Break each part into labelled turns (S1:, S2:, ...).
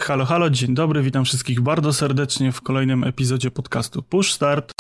S1: Halo, halo, dzień dobry, witam wszystkich bardzo serdecznie w kolejnym epizodzie podcastu Push Start.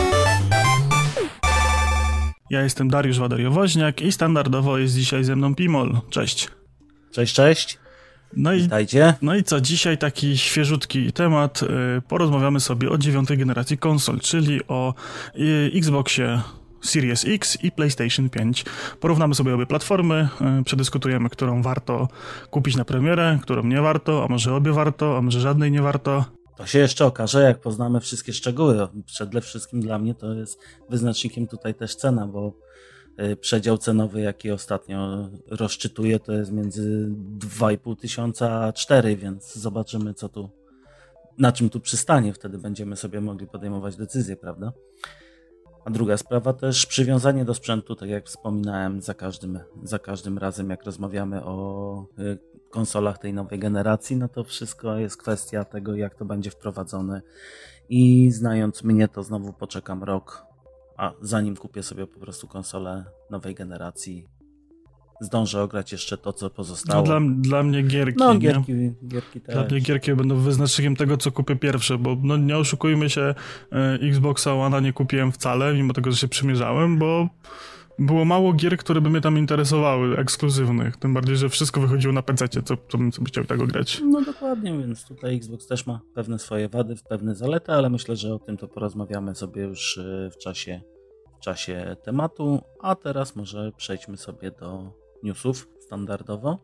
S1: Ja jestem Dariusz Wadariowoźniak i standardowo jest dzisiaj ze mną Pimol. Cześć.
S2: Cześć, cześć. Witajcie.
S1: No i co, dzisiaj taki świeżutki temat. Porozmawiamy sobie o 9. generacji konsol, czyli o Xboxie Series X i PlayStation 5. Porównamy sobie obie platformy, przedyskutujemy, którą warto kupić na premierę, którą nie warto, a może obie warto, a może żadnej nie warto.
S2: To się jeszcze okaże, jak poznamy wszystkie szczegóły. Przede wszystkim dla mnie to jest wyznacznikiem tutaj też cena, bo przedział cenowy, jaki ostatnio rozczytuję, to jest między 2500 a 4, więc zobaczymy, na czym tu przystanie. Wtedy będziemy sobie mogli podejmować decyzje, prawda? A druga sprawa też przywiązanie do sprzętu, tak jak wspominałem, za każdym razem, jak rozmawiamy o konsolach tej nowej generacji, no to wszystko jest kwestia tego, jak to będzie wprowadzone. I znając mnie, to znowu poczekam rok, a zanim kupię sobie po prostu konsolę nowej generacji, zdążę ograć jeszcze to, co pozostało.
S1: No dla mnie gierki.
S2: No gierki też.
S1: Dla mnie gierki będą wyznacznikiem tego, co kupię pierwsze, bo no nie oszukujmy się, Xboxa One'a nie kupiłem wcale, mimo tego, że się przymierzałem, bo było mało gier, które by mnie tam interesowały, ekskluzywnych. Tym bardziej, że wszystko wychodziło na PC-cie, co bym sobie chciał tego grać.
S2: No dokładnie, więc tutaj Xbox też ma pewne swoje wady, pewne zalety, ale myślę, że o tym to porozmawiamy sobie już w czasie tematu, a teraz może przejdźmy sobie do newsów standardowo.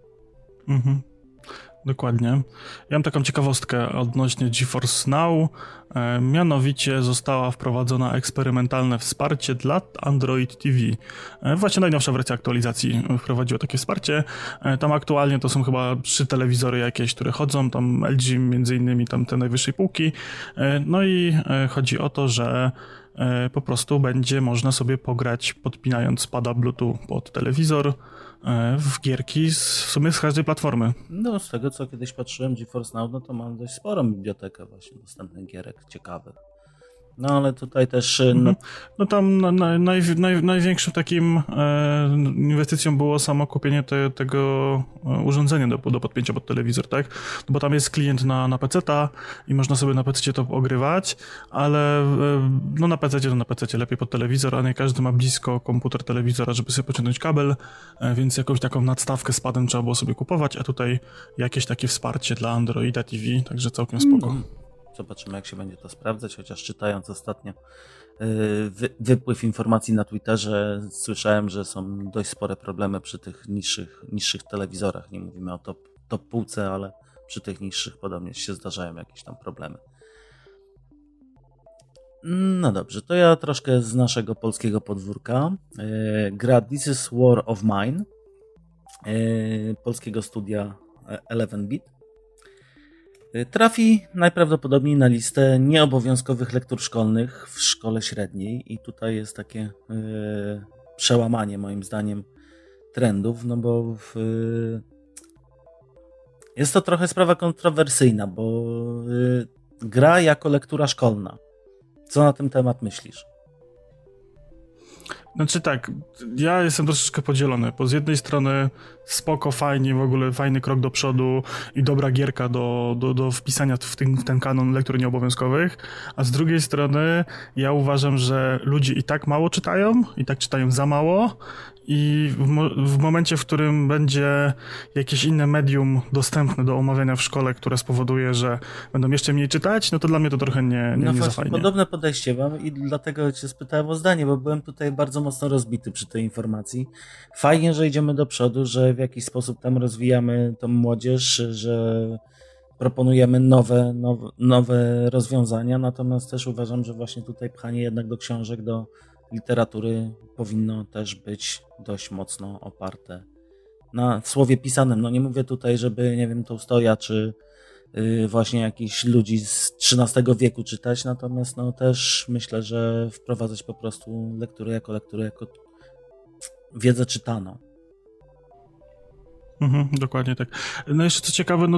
S1: Dokładnie. Ja mam taką ciekawostkę odnośnie GeForce Now. Mianowicie została wprowadzona eksperymentalne wsparcie dla Android TV. Właśnie najnowsza wersja aktualizacji wprowadziła takie wsparcie. Tam aktualnie to są chyba 3 telewizory jakieś, które chodzą, tam LG między innymi, tam te najwyższej półki. No i chodzi o to, że po prostu będzie można sobie pograć, podpinając pada Bluetooth pod telewizor, w gierki w sumie z każdej platformy.
S2: No z tego, co kiedyś patrzyłem, GeForce Now, no to mam dość sporą bibliotekę właśnie dostępnych gierek ciekawych. No ale tutaj też...
S1: No tam największą takim inwestycją było samo kupienie tego urządzenia do podpięcia pod telewizor, tak? No bo tam jest klient na PC-ta i można sobie na PC to ogrywać, ale no na PC lepiej pod telewizor, a nie każdy ma blisko komputer telewizora, żeby sobie pociągnąć kabel, więc jakąś taką nadstawkę z padem trzeba było sobie kupować, a tutaj jakieś takie wsparcie dla Androida TV, także całkiem spoko.
S2: Zobaczymy, jak się będzie to sprawdzać, chociaż czytając ostatnio wypływ informacji na Twitterze, słyszałem, że są dość spore problemy przy tych niższych telewizorach. Nie mówimy o top półce, ale przy tych niższych podobnie się zdarzają jakieś tam problemy. No dobrze, to ja troszkę z naszego polskiego podwórka. Gra This is War of Mine polskiego studia 11-bit trafi najprawdopodobniej na listę nieobowiązkowych lektur szkolnych w szkole średniej i tutaj jest takie przełamanie moim zdaniem trendów, no bo jest to trochę sprawa kontrowersyjna, bo gra jako lektura szkolna. Co na ten temat myślisz?
S1: Znaczy tak, ja jestem troszeczkę podzielony, bo z jednej strony spoko, fajnie, w ogóle fajny krok do przodu i dobra gierka do wpisania w ten kanon lektur nieobowiązkowych, a z drugiej strony ja uważam, że ludzie i tak mało czytają, i tak czytają za mało i w momencie, w którym będzie jakieś inne medium dostępne do omawiania w szkole, które spowoduje, że będą jeszcze mniej czytać, no to dla mnie to trochę nie za fajnie.
S2: Podobne podejście mam i dlatego cię spytałem o zdanie, bo byłem tutaj bardzo mocno rozbity przy tej informacji. Fajnie, że idziemy do przodu, że w jakiś sposób tam rozwijamy tą młodzież, że proponujemy nowe rozwiązania, natomiast też uważam, że właśnie tutaj pchanie jednak do książek, do literatury powinno też być dość mocno oparte na słowie pisanym. No nie mówię tutaj, żeby, nie wiem, Tołstoja czy właśnie jakichś ludzi z XIII wieku czytać, natomiast no też myślę, że wprowadzać po prostu lekturę jako wiedzę czytaną.
S1: Dokładnie tak. No jeszcze co ciekawe, no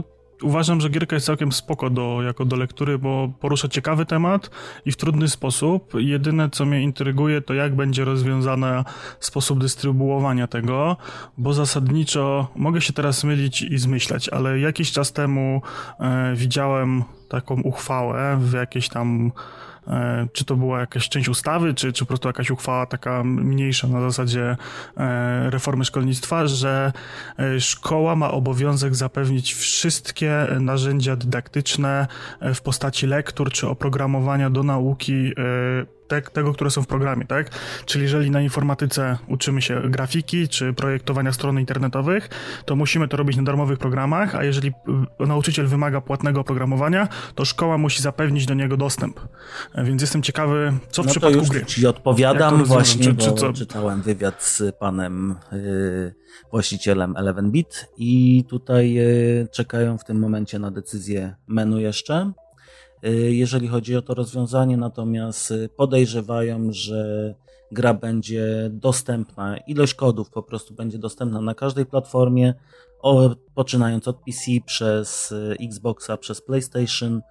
S1: uważam, że gierka jest całkiem spoko jako do lektury, bo porusza ciekawy temat i w trudny sposób. Jedyne, co mnie intryguje, to jak będzie rozwiązany sposób dystrybuowania tego, bo zasadniczo mogę się teraz mylić i zmyślać, ale jakiś czas temu widziałem taką uchwałę w jakiejś tam, czy to była jakaś część ustawy, czy po prostu jakaś uchwała taka mniejsza na zasadzie reformy szkolnictwa, że szkoła ma obowiązek zapewnić wszystkie narzędzia dydaktyczne w postaci lektur czy oprogramowania do nauki tego, które są w programie, tak? Czyli jeżeli na informatyce uczymy się grafiki czy projektowania stron internetowych, to musimy to robić na darmowych programach, a jeżeli nauczyciel wymaga płatnego oprogramowania, to szkoła musi zapewnić do niego dostęp. Więc jestem ciekawy, co w przypadku
S2: gry. No to już ci odpowiadam właśnie, bo czytałem wywiad z panem właścicielem 11-bit i tutaj czekają w tym momencie na decyzję menu jeszcze. Jeżeli chodzi o to rozwiązanie, natomiast podejrzewają, że gra będzie dostępna, ilość kodów po prostu będzie dostępna na każdej platformie, poczynając od PC, przez Xboxa, przez PlayStation,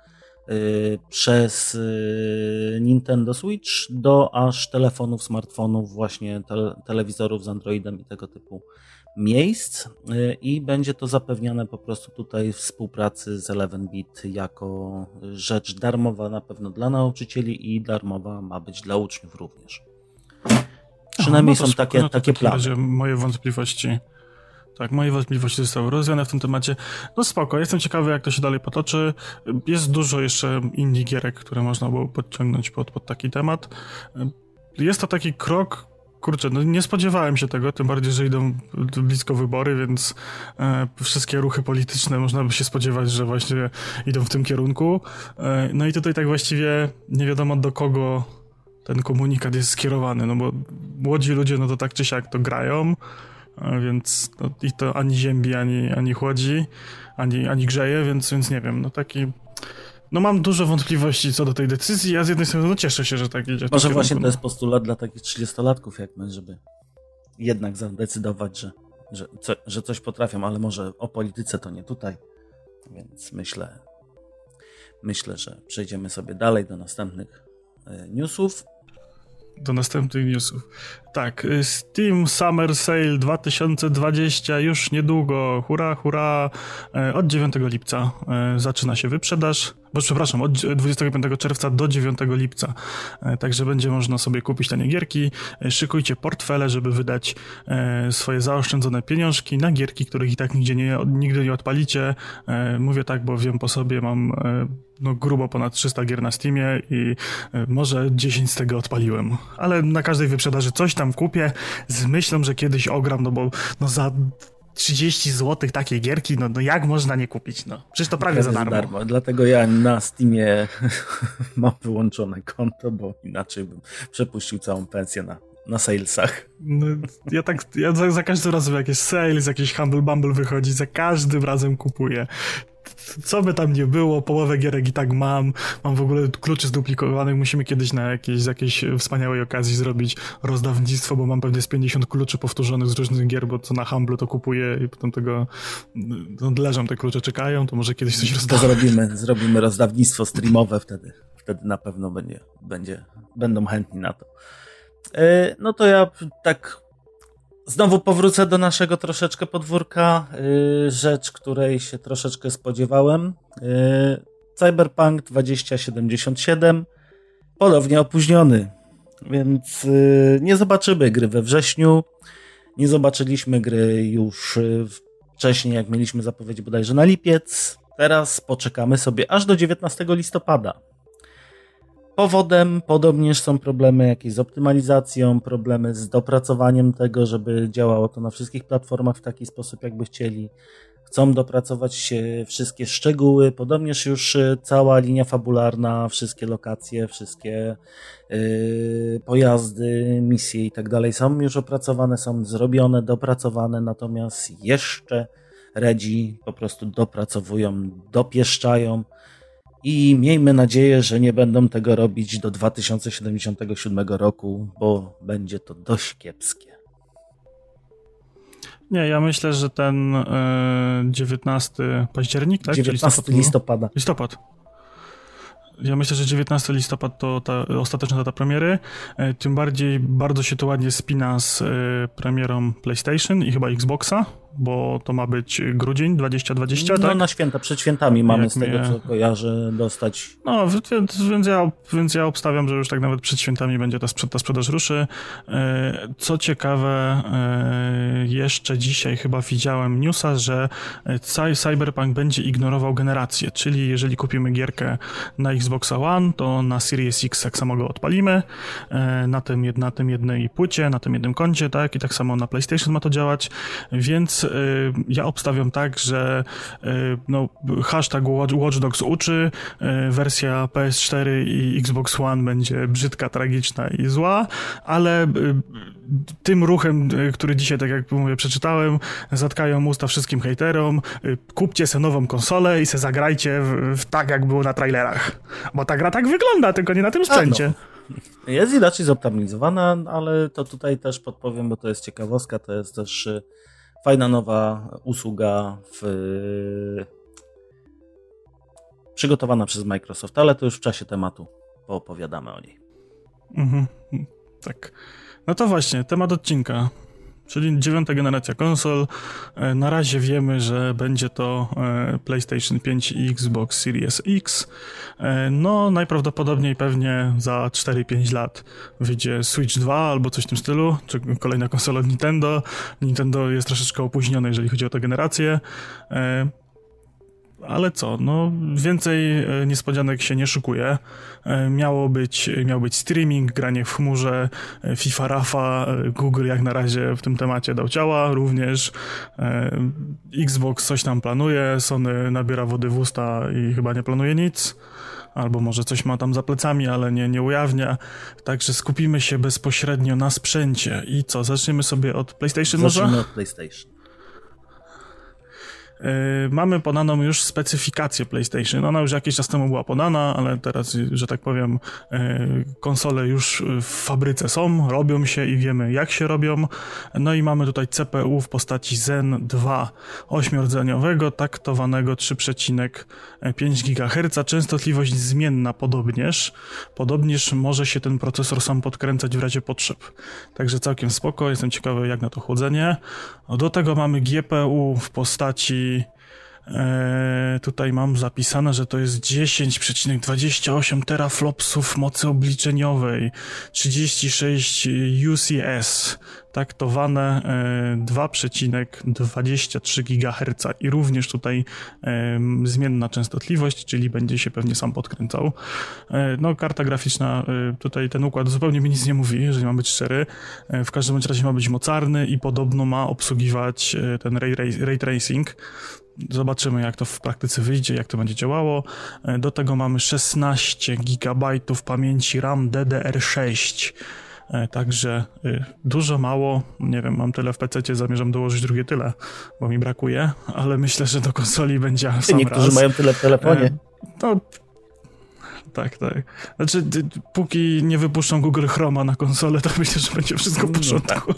S2: przez Nintendo Switch, do aż telefonów, smartfonów, właśnie telewizorów z Androidem i tego typu miejsc, i będzie to zapewniane po prostu tutaj w współpracy z 11-bit jako rzecz darmowa na pewno dla nauczycieli i darmowa ma być dla uczniów również. Przynajmniej są takie plany.
S1: Moje wątpliwości zostały rozwiane w tym temacie. No spoko, jestem ciekawy, jak to się dalej potoczy. Jest dużo jeszcze indie gierek, które można było podciągnąć pod taki temat. Jest to taki krok. Kurczę, no nie spodziewałem się tego, tym bardziej, że idą blisko wybory, więc wszystkie ruchy polityczne można by się spodziewać, że właśnie idą w tym kierunku. No i tutaj tak właściwie nie wiadomo, do kogo ten komunikat jest skierowany, no bo młodzi ludzie no to tak czy siak to grają, więc no, ich to ani ziębi, ani chłodzi, ani grzeje, więc nie wiem, no taki... No mam dużo wątpliwości co do tej decyzji, a z jednej strony no cieszę się, że tak idzie.
S2: Może właśnie to jest postulat dla takich 30-latków jak my, żeby jednak zadecydować, że coś potrafią, ale może o polityce to nie tutaj, więc myślę, że przejdziemy sobie dalej do następnych newsów.
S1: Tak, Steam Summer Sale 2020 już niedługo, hurra, od 9 lipca zaczyna się wyprzedaż, od 25 czerwca do 9 lipca, także będzie można sobie kupić tanie gierki, szykujcie portfele, żeby wydać swoje zaoszczędzone pieniążki na gierki, których i tak nigdy nie odpalicie. Mówię tak, bo wiem po sobie, mam grubo ponad 300 gier na Steamie i może 10 z tego odpaliłem, ale na każdej wyprzedaży coś tam kupię z myślą, że kiedyś ogram, no bo za 30 zł takie gierki, no jak można nie kupić, no przecież to prawie za darmo.
S2: Dlatego ja na Steamie mam wyłączone konto, bo inaczej bym przepuścił całą pensję na salesach.
S1: No, ja za każdym razem jakieś sales, jakiś Humble Bumble wychodzi, za każdym razem kupuję. Co by tam nie było, połowę gierek i tak mam w ogóle kluczy zduplikowanych, musimy kiedyś na jakiejś wspaniałej okazji zrobić rozdawnictwo, bo mam pewnie z 50 kluczy powtórzonych z różnych gier, bo co na Humble to kupuję i potem leżą te klucze, czekają, to może kiedyś coś rozdamy.
S2: To zrobimy rozdawnictwo streamowe, wtedy na pewno będą chętni na to. No to ja tak znowu powrócę do naszego troszeczkę podwórka. Rzecz, której się troszeczkę spodziewałem. Cyberpunk 2077 ponownie opóźniony, więc nie zobaczymy gry we wrześniu. Nie zobaczyliśmy gry już wcześniej, jak mieliśmy zapowiedź bodajże na lipiec. Teraz poczekamy sobie aż do 19 listopada. Powodem podobnież są problemy jakieś z optymalizacją, problemy z dopracowaniem tego, żeby działało to na wszystkich platformach w taki sposób, jakby chcieli. Chcą dopracować wszystkie szczegóły, podobnież już cała linia fabularna, wszystkie lokacje, wszystkie pojazdy, misje i tak dalej są już opracowane, są zrobione, dopracowane, natomiast jeszcze redzi po prostu dopracowują, dopieszczają. I miejmy nadzieję, że nie będą tego robić do 2077 roku, bo będzie to dość kiepskie.
S1: Nie, ja myślę, że ten 19 październik, tak?
S2: 19 listopada.
S1: Listopad. Ja myślę, że 19 listopad to ta ostateczna data premiery, tym bardziej bardzo się to ładnie spina z premierą PlayStation i chyba Xboxa, bo to ma być grudzień 2020,
S2: no,
S1: tak?
S2: Na święta, przed świętami mamy
S1: Jak
S2: z tego, co kojarzę, dostać.
S1: No, więc ja obstawiam, że już tak nawet przed świętami będzie ta sprzedaż ruszy. Co ciekawe, jeszcze dzisiaj chyba widziałem newsa, że Cyberpunk będzie ignorował generację, czyli jeżeli kupimy gierkę na Xboxa One, to na Series X tak samo go odpalimy, na tym jednej płycie, na tym jednym koncie, tak? I tak samo na PlayStation ma to działać, więc ja obstawiam tak, że no, hashtag Watch Dogs uczy, wersja PS4 i Xbox One będzie brzydka, tragiczna i zła, ale tym ruchem, który dzisiaj, tak jak mówię, przeczytałem, zatkają usta wszystkim hejterom, kupcie se nową konsolę i se zagrajcie w tak, jak było na trailerach. Bo ta gra tak wygląda, tylko nie na tym sprzęcie.
S2: No. Jest inaczej zoptymalizowana, ale to tutaj też podpowiem, bo to jest ciekawostka, to jest też fajna nowa usługa przygotowana przez Microsoft, ale to już w czasie tematu poopowiadamy o niej.
S1: Tak. No to właśnie, temat odcinka, czyli 9. generacja konsol. Na razie wiemy, że będzie to PlayStation 5 i Xbox Series X. No najprawdopodobniej pewnie za 4-5 lat wyjdzie Switch 2 albo coś w tym stylu, czy kolejna konsola od Nintendo. Nintendo jest troszeczkę opóźnione, jeżeli chodzi o tę generację. Ale co, no więcej niespodzianek się nie szykuje. Miał być streaming, granie w chmurze, FIFA, Rafa, Google jak na razie w tym temacie dał ciała również. Xbox coś tam planuje, Sony nabiera wody w usta i chyba nie planuje nic. Albo może coś ma tam za plecami, ale nie ujawnia. Także skupimy się bezpośrednio na sprzęcie. I co, zaczniemy sobie od PlayStation może?
S2: Zacznijmy od PlayStation.
S1: Mamy podaną już specyfikację PlayStation. Ona już jakiś czas temu była podana, ale teraz, że tak powiem, konsole już w fabryce są, robią się i wiemy, jak się robią. No i mamy tutaj CPU w postaci Zen 2 8-rdzeniowego, taktowanego 3,5 GHz, częstotliwość zmienna podobnież może się ten procesor sam podkręcać w razie potrzeb. Także całkiem spoko, jestem ciekawy, jak na to chłodzenie. Do tego mamy GPU w postaci tutaj mam zapisane, że to jest 10,28 teraflopsów mocy obliczeniowej, 36 UCS, taktowane 2,23 GHz i również tutaj zmienna częstotliwość, czyli będzie się pewnie sam podkręcał. No karta graficzna, tutaj ten układ zupełnie mi nic nie mówi, jeżeli mam być szczery. W każdym razie ma być mocarny i podobno ma obsługiwać ten ray tracing. Zobaczymy, jak to w praktyce wyjdzie, jak to będzie działało. Do tego mamy 16 GB pamięci RAM DDR6. Także dużo, mało, nie wiem, mam tyle w PC-cie, zamierzam dołożyć drugie tyle, bo mi brakuje, ale myślę, że do konsoli będzie w sam
S2: Niektórzy
S1: raz.
S2: mają tyle w telefonie.
S1: No, tak. Znaczy, póki nie wypuszczą Google Chroma na konsolę, to myślę, że będzie wszystko w porządku.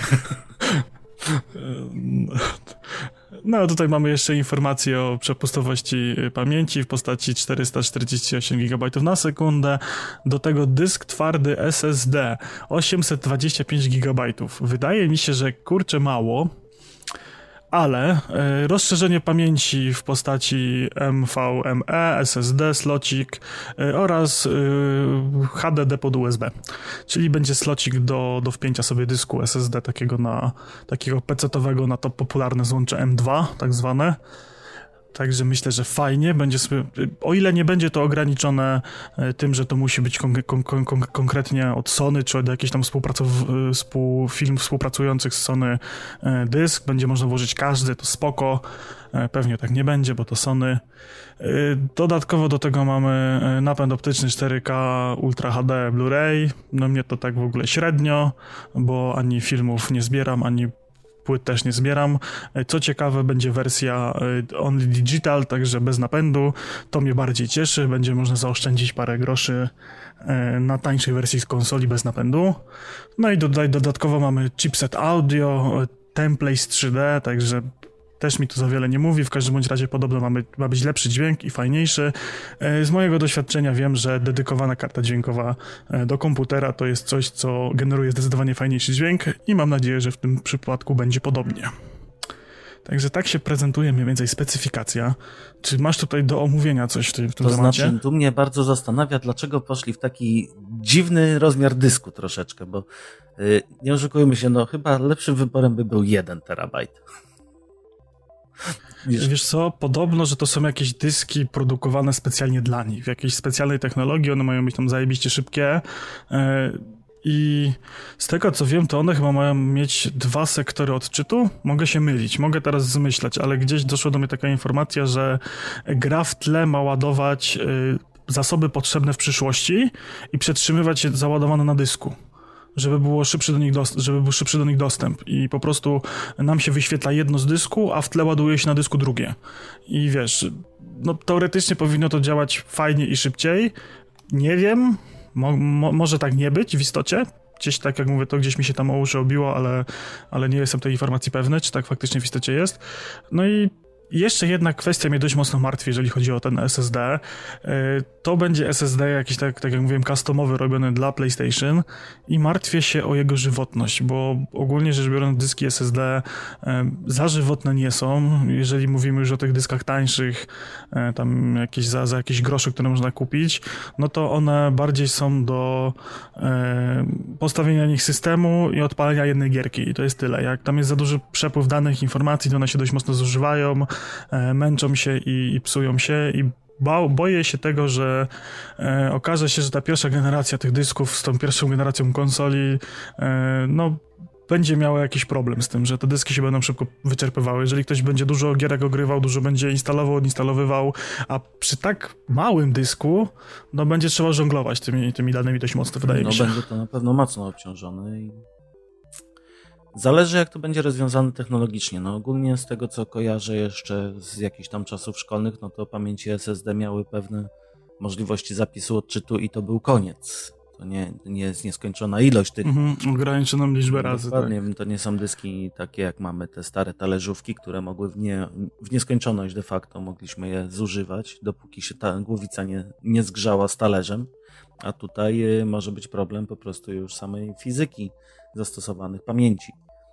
S1: No, tutaj mamy jeszcze informacje o przepustowości pamięci w postaci 448 GB na sekundę. Do tego dysk twardy SSD 825 GB. Wydaje mi się, że kurczę mało, ale rozszerzenie pamięci w postaci NVMe, SSD, slocik oraz HDD pod USB. Czyli będzie slocik do wpięcia sobie dysku SSD takiego PC-owego na to popularne złącze M2, tak zwane. Także myślę, że fajnie będzie sobie, o ile nie będzie to ograniczone tym, że to musi być konkretnie od Sony, czy od jakichś tam firm współpracujących z Sony dysk, będzie można włożyć każdy, to spoko. Pewnie tak nie będzie, bo to Sony. Dodatkowo do tego mamy napęd optyczny 4K Ultra HD Blu-ray. No mnie to tak w ogóle średnio, bo ani filmów nie zbieram, ani płyt też nie zbieram. Co ciekawe, będzie wersja only digital, także bez napędu. To mnie bardziej cieszy. Będzie można zaoszczędzić parę groszy na tańszej wersji z konsoli bez napędu. No i dodatkowo mamy chipset audio, templates 3D, także też mi to za wiele nie mówi. W każdym bądź razie podobno ma być lepszy dźwięk i fajniejszy. Z mojego doświadczenia wiem, że dedykowana karta dźwiękowa do komputera to jest coś, co generuje zdecydowanie fajniejszy dźwięk i mam nadzieję, że w tym przypadku będzie podobnie. Także tak się prezentuje mniej więcej specyfikacja. Czy masz tutaj do omówienia coś w tym temacie?
S2: To znaczy, tu mnie bardzo zastanawia, dlaczego poszli w taki dziwny rozmiar dysku troszeczkę, bo nie oszukujmy się, no chyba lepszym wyborem by był 1 terabajt.
S1: Wiesz co, podobno, że to są jakieś dyski produkowane specjalnie dla nich, w jakiejś specjalnej technologii, one mają być tam zajebiście szybkie i z tego co wiem, to one chyba mają mieć 2 sektory odczytu. Mogę się mylić, mogę teraz zmyślać, ale gdzieś doszła do mnie taka informacja, że gra w tle ma ładować zasoby potrzebne w przyszłości i przetrzymywać je załadowane na dysku, żeby był szybszy do nich dostęp i po prostu nam się wyświetla jedno z dysku, a w tle ładuje się na dysku drugie. I wiesz, no teoretycznie powinno to działać fajnie i szybciej. Nie wiem, może tak nie być w istocie. Gdzieś, tak jak mówię, to gdzieś mi się tam o uszy obiło, ale nie jestem tej informacji pewny, czy tak faktycznie w istocie jest. No i jeszcze jedna kwestia mnie dość mocno martwi, jeżeli chodzi o ten SSD. To będzie SSD jakiś, tak jak mówiłem, customowy, robiony dla PlayStation i martwię się o jego żywotność, bo ogólnie rzecz biorąc dyski SSD zażywotne nie są. Jeżeli mówimy już o tych dyskach tańszych, tam jakieś za jakieś grosze, które można kupić, no to one bardziej są do postawienia nich systemu i odpalenia jednej gierki i to jest tyle. Jak tam jest za duży przepływ danych, informacji, to one się dość mocno zużywają, męczą się i psują się i boję się tego, że okaże się, że ta pierwsza generacja tych dysków z tą pierwszą generacją konsoli no będzie miała jakiś problem z tym, że te dyski się będą szybko wyczerpywały. Jeżeli ktoś będzie dużo gierek ogrywał, dużo będzie instalował, odinstalowywał, a przy tak małym dysku, no będzie trzeba żonglować tymi danymi dość mocno, wydaje mi się.
S2: No będzie to na pewno mocno obciążone i zależy, jak to będzie rozwiązane technologicznie. No ogólnie z tego, co kojarzę jeszcze z jakichś tam czasów szkolnych, no to pamięci SSD miały pewne możliwości zapisu odczytu i to był koniec. To nie jest nieskończona ilość tych...
S1: Ograniczoną liczbę razy.
S2: Dokładnie,
S1: tak.
S2: To nie są dyski takie, jak mamy te stare talerzówki, które mogły w nieskończoność de facto mogliśmy je zużywać, dopóki się ta głowica nie zgrzała z talerzem. A tutaj może być problem po prostu już samej fizyki zastosowanych pamięci.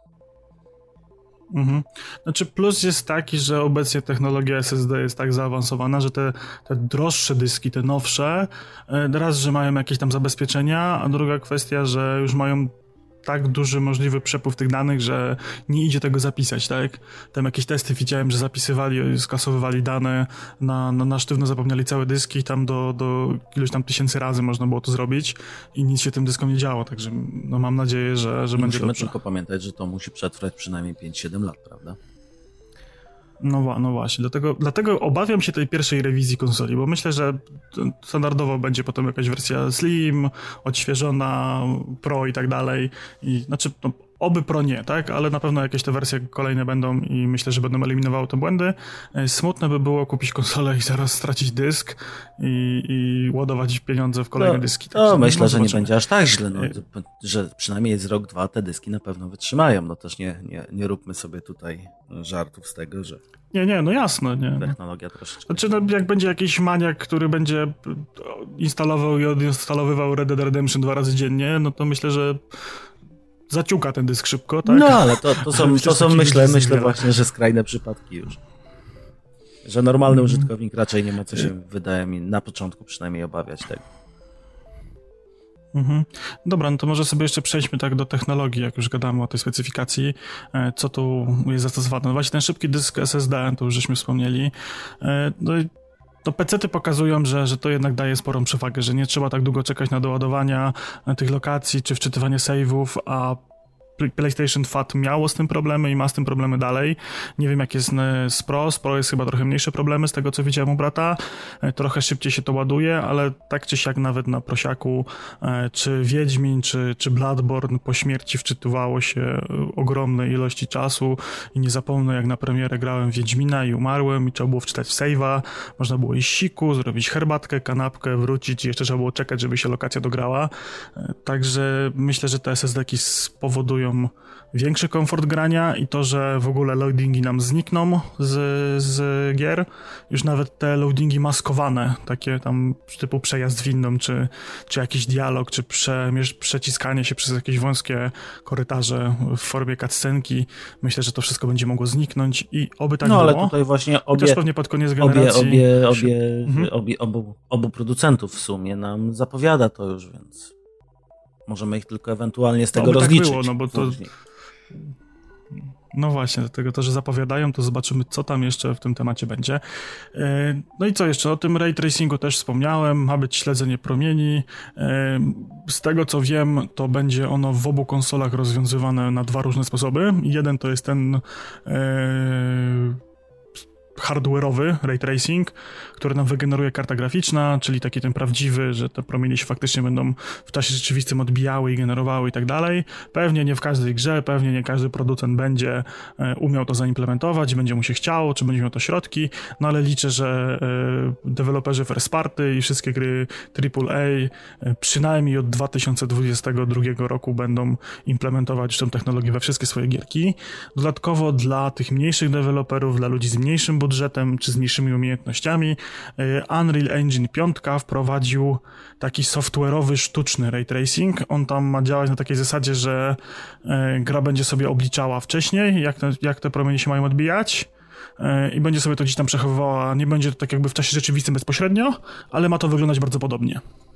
S1: Znaczy plus jest taki, że obecnie technologia SSD jest tak zaawansowana, że te droższe dyski, te nowsze, raz, że mają jakieś tam zabezpieczenia, a druga kwestia, że już mają tak duży możliwy przepływ tych danych, że nie idzie tego zapisać, tak? Tam jakieś testy widziałem, że zapisywali, skasowywali dane, na sztywno zapomnieli całe dyski i tam do iluś tam tysięcy razy można było to zrobić i nic się tym dyskom nie działo, także no mam nadzieję, że będzie dobrze.
S2: Musimy tylko pamiętać, że to musi przetrwać przynajmniej 5-7 lat, prawda?
S1: No właśnie, dlatego obawiam się tej pierwszej rewizji konsoli, bo myślę, że standardowo będzie potem jakaś wersja Slim, odświeżona, Pro i tak dalej. I znaczy, no, oby Pro nie, tak? Ale na pewno jakieś te wersje kolejne będą i myślę, że będą eliminowały te błędy. Smutne by było kupić konsolę i zaraz stracić dysk i ładować pieniądze w kolejne dyski.
S2: Tak, myślę, że nie będzie aż tak źle, że przynajmniej z rok, 2 te dyski na pewno wytrzymają. No też nie róbmy sobie tutaj żartów z tego, że
S1: Nie, no jasne, nie.
S2: Technologia troszeczkę.
S1: Znaczy, no, jak będzie jakiś maniak, który będzie instalował i odinstalowywał Red Dead Redemption 2 razy dziennie, no to myślę, że zaciuka ten dysk szybko, tak?
S2: No, ale to są myślę właśnie, że skrajne przypadki już. Że normalny użytkownik raczej nie ma co się, wydaje mi, na początku przynajmniej obawiać tego.
S1: Dobra, no to może sobie jeszcze przejdźmy tak do technologii, jak już gadamy o tej specyfikacji, co tu jest zastosowane. No właśnie ten szybki dysk SSD, to już żeśmy wspomnieli. No PC-ty pokazują, że to jednak daje sporą przewagę, że nie trzeba tak długo czekać na doładowania tych lokacji, czy wczytywanie save'ów, a PlayStation FAT miało z tym problemy i ma z tym problemy dalej. Nie wiem, jak jest z Pro. Z Pro jest chyba trochę mniejsze problemy, z tego co widziałem u brata. Trochę szybciej się to ładuje, ale tak czy siak nawet na prosiaku, czy Wiedźmin, czy Bloodborne po śmierci wczytywało się ogromnej ilości czasu i nie zapomnę, jak na premierę grałem Wiedźmina i umarłem i trzeba było wczytać w save'a. Można było iść siku, zrobić herbatkę, kanapkę, wrócić i jeszcze trzeba było czekać, żeby się lokacja dograła. Także myślę, że te SSD-ki spowodują, zagwarantują większy komfort grania i to, że w ogóle loadingi nam znikną z gier. Już nawet te loadingi maskowane, takie tam typu przejazd windą, czy jakiś dialog, czy przeciskanie się przez jakieś wąskie korytarze w formie cutscenki. Myślę, że to wszystko będzie mogło zniknąć i oby tak było.
S2: No ale tutaj właśnie
S1: też pewnie pod koniec generacji...
S2: Obu producentów w sumie nam zapowiada to już, więc możemy ich tylko ewentualnie z tego rozliczyć. Tak było,
S1: no bo to... No właśnie, dlatego to, że zapowiadają, to zobaczymy, co tam jeszcze w tym temacie będzie. No i co jeszcze? O tym ray tracingu też wspomniałem, ma być śledzenie promieni. Z tego, co wiem, to będzie ono w obu konsolach rozwiązywane na dwa różne sposoby. Jeden to jest ten hardware'owy ray tracing, który nam wygeneruje karta graficzna, czyli taki ten prawdziwy, że te promienie się faktycznie będą w czasie rzeczywistym odbijały i generowały i tak dalej. Pewnie nie w każdej grze, pewnie nie każdy producent będzie umiał to zaimplementować, będzie mu się chciało, czy będzie miał to środki, no ale liczę, że deweloperzy first party i wszystkie gry AAA przynajmniej od 2022 roku będą implementować tę technologię we wszystkie swoje gierki. Dodatkowo dla tych mniejszych deweloperów, dla ludzi z mniejszym budżetem czy z mniejszymi umiejętnościami, Unreal Engine 5 wprowadził taki software'owy, sztuczny ray tracing. On tam ma działać na takiej zasadzie, że gra będzie sobie obliczała wcześniej, jak te promienie się mają odbijać i będzie sobie to gdzieś tam przechowywała. Nie będzie to tak jakby w czasie rzeczywistym bezpośrednio, ale ma to wyglądać bardzo podobnie.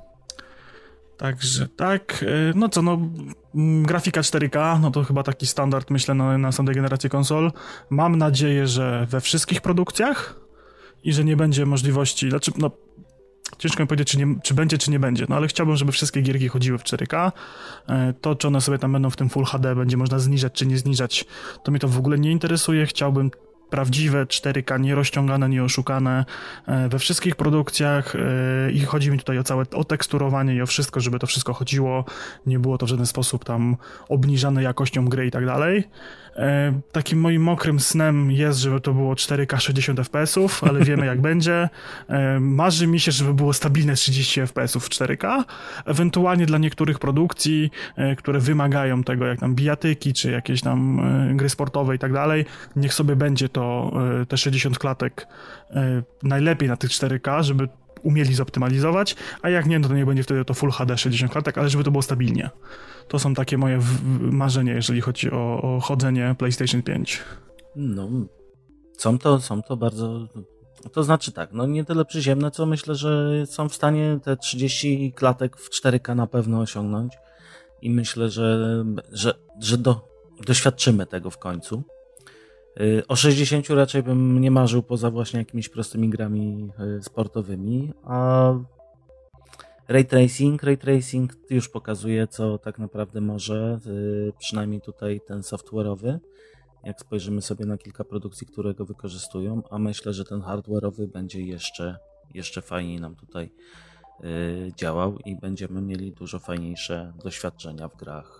S1: Także tak, no co, no grafika 4K, no to chyba taki standard, myślę, na następnej generacji konsol. Mam nadzieję, że we wszystkich produkcjach i że nie będzie możliwości, znaczy, no ciężko mi powiedzieć, czy będzie, czy nie będzie, no ale chciałbym, żeby wszystkie gierki chodziły w 4K. To, czy one sobie tam będą w tym Full HD, będzie można zniżać, czy nie zniżać, to mnie to w ogóle nie interesuje. Chciałbym prawdziwe 4K, nie rozciągane, nie oszukane we wszystkich produkcjach i chodzi mi tutaj o teksturowanie i o wszystko, żeby to wszystko chodziło, nie było to w żaden sposób tam obniżane jakością gry i tak dalej. Takim moim mokrym snem jest, żeby to było 4K 60 FPS-ów, ale wiemy jak będzie. Marzy mi się, żeby było stabilne 30 FPS-ów w 4K, ewentualnie dla niektórych produkcji, które wymagają tego, jak tam bijatyki, czy jakieś tam gry sportowe i tak dalej, niech sobie będzie to te 60 klatek najlepiej na tych 4K, żeby umieli zoptymalizować, a jak nie, no to nie będzie wtedy to Full HD 60 klatek, ale żeby to było stabilnie. To są takie moje marzenia, jeżeli chodzi o chodzenie PlayStation 5.
S2: No, są to bardzo... To znaczy tak, no nie tyle przyziemne, co myślę, że są w stanie te 30 klatek w 4K na pewno osiągnąć i myślę, że doświadczymy tego w końcu. O 60 raczej bym nie marzył poza właśnie jakimiś prostymi grami sportowymi, a ray tracing już pokazuje, co tak naprawdę może, przynajmniej tutaj ten software'owy, jak spojrzymy sobie na kilka produkcji, które go wykorzystują, a myślę, że ten hardware'owy będzie jeszcze fajniej nam tutaj działał i będziemy mieli dużo fajniejsze doświadczenia w grach.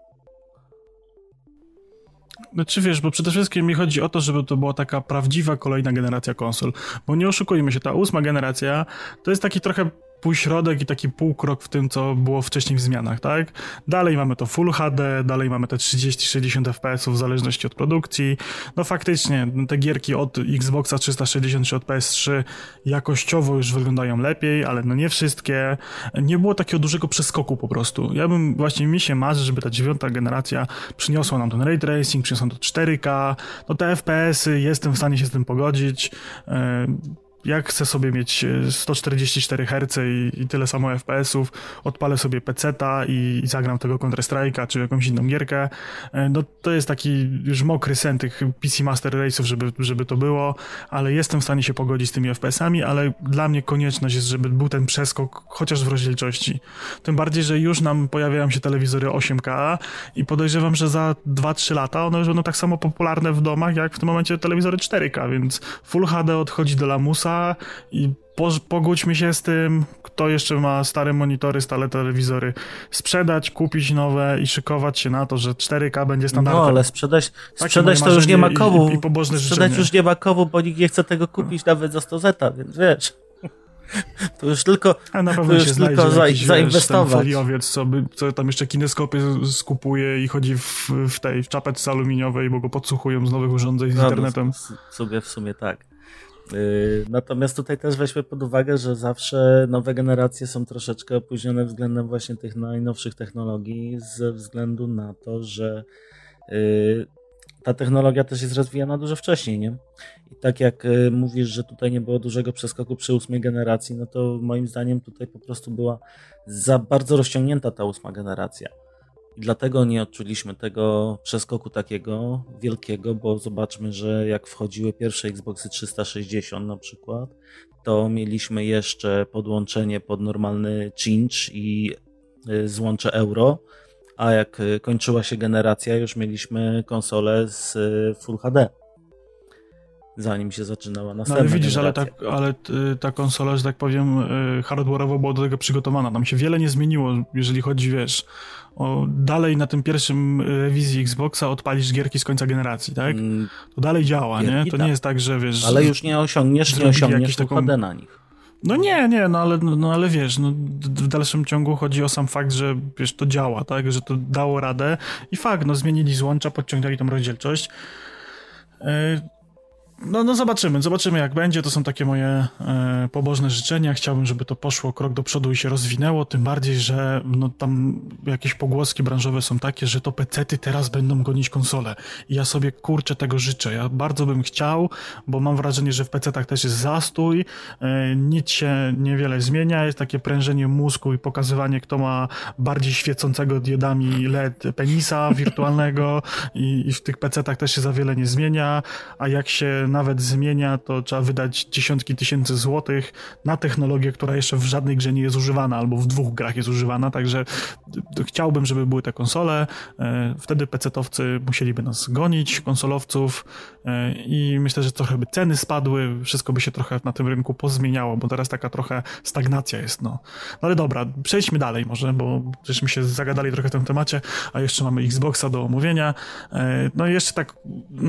S1: Znaczy wiesz, bo przede wszystkim mi chodzi o to, żeby to była taka prawdziwa kolejna generacja konsol, bo nie oszukujmy się, ta 8. generacja to jest taki trochę półśrodek i taki półkrok w tym, co było wcześniej w zmianach, tak? Dalej mamy to Full HD, dalej mamy te 30-60 FPS w zależności od produkcji. No faktycznie, te gierki od Xboxa 360 czy od PS3 jakościowo już wyglądają lepiej, ale no nie wszystkie. Nie było takiego dużego przeskoku po prostu. Mi się marzy, żeby ta 9. generacja przyniosła nam ten ray tracing, przyniosła nam to 4K, no te FPS-y, jestem w stanie się z tym pogodzić. Jak chcę sobie mieć 144 Hz i tyle samo FPS-ów, odpalę sobie peceta i zagram tego Counter-Strike'a czy jakąś inną gierkę, no to jest taki już mokry sen tych PC Master Race'ów, żeby to było, ale jestem w stanie się pogodzić z tymi FPS-ami, ale dla mnie konieczność jest, żeby był ten przeskok chociaż w rozdzielczości. Tym bardziej, że już nam pojawiają się telewizory 8K i podejrzewam, że za 2-3 lata one już będą tak samo popularne w domach, jak w tym momencie telewizory 4K, więc Full HD odchodzi do lamusa i pogódźmy się z tym, kto jeszcze ma stare monitory, stare telewizory, sprzedać, kupić nowe i szykować się na to, że 4K będzie standardem.
S2: No ale sprzedać to już nie ma komu.
S1: I pobożne
S2: sprzedać
S1: życzenie.
S2: Już nie ma komu, bo nikt nie chce tego kupić nawet za 100 zeta, więc wiesz. To już tylko,
S1: a na pewno się znajdzie jakiś,
S2: zainwestować.
S1: Foliowiec, co tam jeszcze kineskopy skupuje i chodzi w czapeczce aluminiowej, bo go podsłuchują z nowych urządzeń z internetem.
S2: W sumie tak. Natomiast tutaj też weźmy pod uwagę, że zawsze nowe generacje są troszeczkę opóźnione względem właśnie tych najnowszych technologii, ze względu na to, że ta technologia też jest rozwijana dużo wcześniej, nie? I tak jak mówisz, że tutaj nie było dużego przeskoku przy 8 generacji, no to moim zdaniem tutaj po prostu była za bardzo rozciągnięta ta 8 generacja. I dlatego nie odczuliśmy tego przeskoku takiego wielkiego, bo zobaczmy, że jak wchodziły pierwsze Xboxy 360 na przykład, to mieliśmy jeszcze podłączenie pod normalny cinch i złącze euro, a jak kończyła się generacja, już mieliśmy konsolę z Full HD. Zanim się zaczynała następna
S1: ale widzisz,
S2: generacja.
S1: ale ta konsola, że tak powiem, hardware'owo była do tego przygotowana. Tam się wiele nie zmieniło, jeżeli chodzi, wiesz, dalej na tym pierwszym rewizji Xboxa odpalisz gierki z końca generacji, tak? To dalej działa, nie? To nie jest tak, że wiesz...
S2: Ale już nie osiągniesz Full HD na nich.
S1: No nie, ale wiesz, w dalszym ciągu chodzi o sam fakt, że wiesz, to działa, tak? Że to dało radę i fakt, zmienili złącza, podciągnęli tą rozdzielczość. No zobaczymy jak będzie, to są takie moje pobożne życzenia, chciałbym, żeby to poszło krok do przodu i się rozwinęło, tym bardziej, że tam jakieś pogłoski branżowe są takie, że to pecety teraz będą gonić konsole i ja sobie kurczę tego życzę, ja bardzo bym chciał, bo mam wrażenie, że w pecetach też jest zastój, nic się niewiele zmienia, jest takie prężenie mózgu i pokazywanie, kto ma bardziej świecącego diodami LED penisa wirtualnego i w tych pecetach też się za wiele nie zmienia, a jak się nawet zmienia, to trzeba wydać dziesiątki tysięcy złotych na technologię, która jeszcze w żadnej grze nie jest używana, albo w 2 grach jest używana, także chciałbym, żeby były te konsole, wtedy pecetowcy musieliby nas gonić, konsolowców, i myślę, że trochę by ceny spadły, wszystko by się trochę na tym rynku pozmieniało, bo teraz taka trochę stagnacja jest, no ale dobra, przejdźmy dalej może, bo żeśmy się zagadali trochę w tym temacie, a jeszcze mamy Xboxa do omówienia. No i jeszcze tak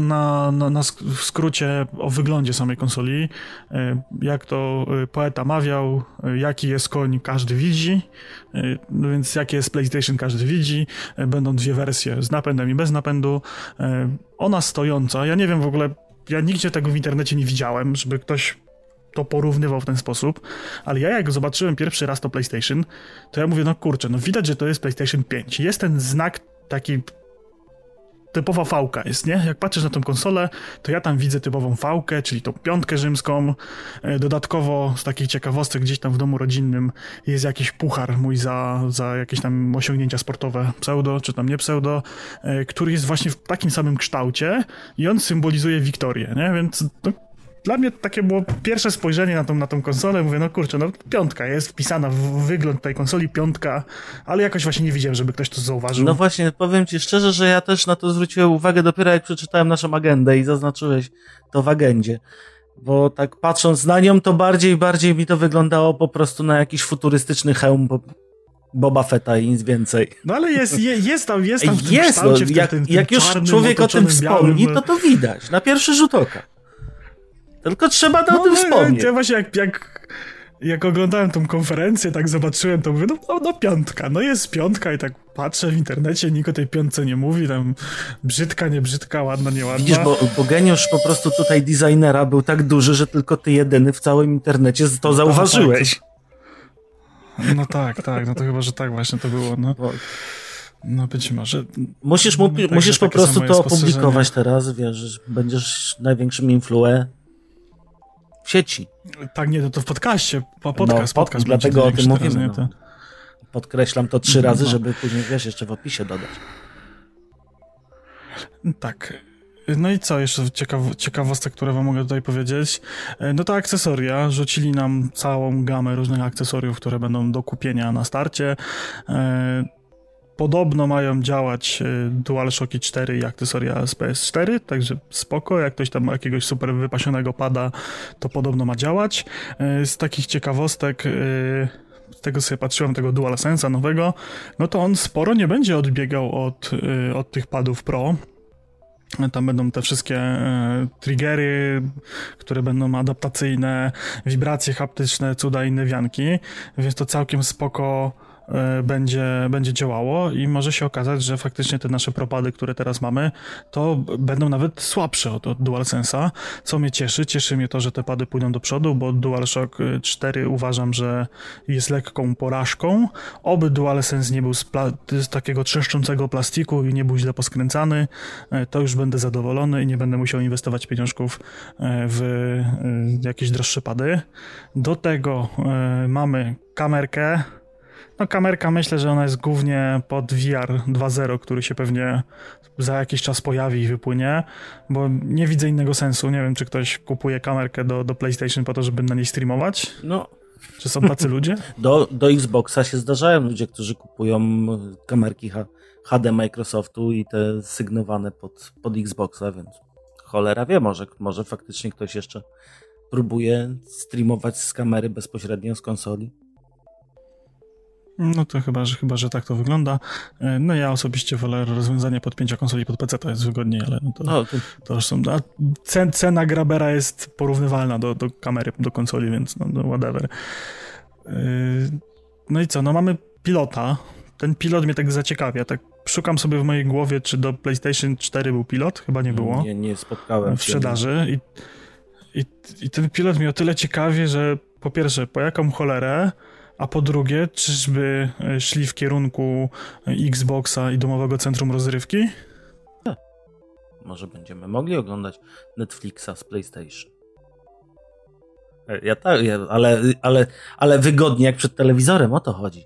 S1: w skrócie o wyglądzie samej konsoli. Jak to poeta mawiał, jaki jest koń, każdy widzi, no więc jakie jest PlayStation, każdy widzi. Będą 2 wersje z napędem i bez napędu. Ona stojąca, ja nie wiem w ogóle, ja nigdzie tego w internecie nie widziałem, żeby ktoś to porównywał w ten sposób, ale ja jak zobaczyłem pierwszy raz to PlayStation, to ja mówię, no kurczę, widać, że to jest PlayStation 5. Jest ten znak taki typowa V-ka jest, nie? Jak patrzysz na tą konsolę, to ja tam widzę typową V-kę, czyli tą 5 rzymską. Dodatkowo z takich ciekawostek gdzieś tam w domu rodzinnym jest jakiś puchar mój za jakieś tam osiągnięcia sportowe, pseudo, czy tam nie pseudo, który jest właśnie w takim samym kształcie i on symbolizuje Wiktorię, nie? Więc dla mnie takie było pierwsze spojrzenie na tą konsolę, mówię, no kurczę, 5 jest wpisana w wygląd tej konsoli, 5, ale jakoś właśnie nie widziałem, żeby ktoś to zauważył.
S2: No właśnie, powiem ci szczerze, że ja też na to zwróciłem uwagę dopiero jak przeczytałem naszą agendę i zaznaczyłeś to w agendzie, bo tak patrząc na nią, to bardziej mi to wyglądało po prostu na jakiś futurystyczny hełm Boba Fetta i nic więcej.
S1: No ale jest tam w tym
S2: jest,
S1: kształcie,
S2: jak już
S1: czarnym,
S2: człowiek o tym wspomni,
S1: białym,
S2: to widać, na pierwszy rzut oka. Tylko trzeba o tym wspomnieć.
S1: Ja właśnie jak oglądałem tą konferencję, tak zobaczyłem, to mówię, 5, jest 5 i tak patrzę w internecie, nikt o tej 5 nie mówi, tam brzydka, nie brzydka, ładna, nieładna.
S2: Widzisz, bo geniusz po prostu tutaj designera był tak duży, że tylko ty jedyny w całym internecie to zauważyłeś.
S1: No tak, no to chyba, że tak właśnie to było, No być może.
S2: Musisz po prostu to opublikować teraz, wiesz, będziesz największym influencerem w sieci.
S1: Tak, nie, to w podcaście. Podcast
S2: dlatego o tym mówimy. Podkreślam to 3 razy, żeby później, wiesz, jeszcze w opisie dodać.
S1: Tak. No i co jeszcze ciekawostek, które wam mogę tutaj powiedzieć? No to akcesoria. Rzucili nam całą gamę różnych akcesoriów, które będą do kupienia na starcie. Podobno mają działać DualShocki 4 i akcesoria z PS4, także spoko, jak ktoś tam jakiegoś super wypasionego pada, to podobno ma działać. Z takich ciekawostek, z tego sobie patrzyłem, tego DualSense'a nowego, no to on sporo nie będzie odbiegał od tych padów Pro. Tam będą te wszystkie triggery, które będą adaptacyjne, wibracje haptyczne, cuda i inne wianki, więc to całkiem spoko będzie działało i może się okazać, że faktycznie te nasze propady, które teraz mamy, to będą nawet słabsze od DualSense'a, co mnie cieszy. Cieszy mnie to, że te pady pójdą do przodu, bo DualShock 4 uważam, że jest lekką porażką. Oby DualSense nie był z takiego trzeszczącego plastiku i nie był źle poskręcany, to już będę zadowolony i nie będę musiał inwestować pieniążków w jakieś droższe pady. Do tego mamy kamerkę. No kamerka, myślę, że ona jest głównie pod VR 2.0, który się pewnie za jakiś czas pojawi i wypłynie, bo nie widzę innego sensu. Nie wiem, czy ktoś kupuje kamerkę do PlayStation po to, żeby na niej streamować.
S2: No.
S1: Czy są tacy ludzie?
S2: Do Xboxa się zdarzają ludzie, którzy kupują kamerki HD Microsoftu i te sygnowane pod Xboxa, więc cholera wie, może faktycznie ktoś jeszcze próbuje streamować z kamery bezpośrednio z konsoli.
S1: No to chyba, że tak to wygląda. No ja osobiście wolę rozwiązanie podpięcia konsoli pod PC, to jest wygodniej, ale to już są... Cena grabera jest porównywalna do kamery, do konsoli, więc no whatever. No i co, no mamy pilota. Ten pilot mnie tak zaciekawia, tak szukam sobie w mojej głowie, czy do PlayStation 4 był pilot, chyba nie było.
S2: Nie spotkałem
S1: w sprzedaży i ten pilot mnie o tyle ciekawie, że po pierwsze, po jaką cholerę, a po drugie, czyżby szli w kierunku Xboxa i domowego centrum rozrywki?
S2: Może będziemy mogli oglądać Netflixa z PlayStation. Ale wygodnie jak przed telewizorem, o to chodzi.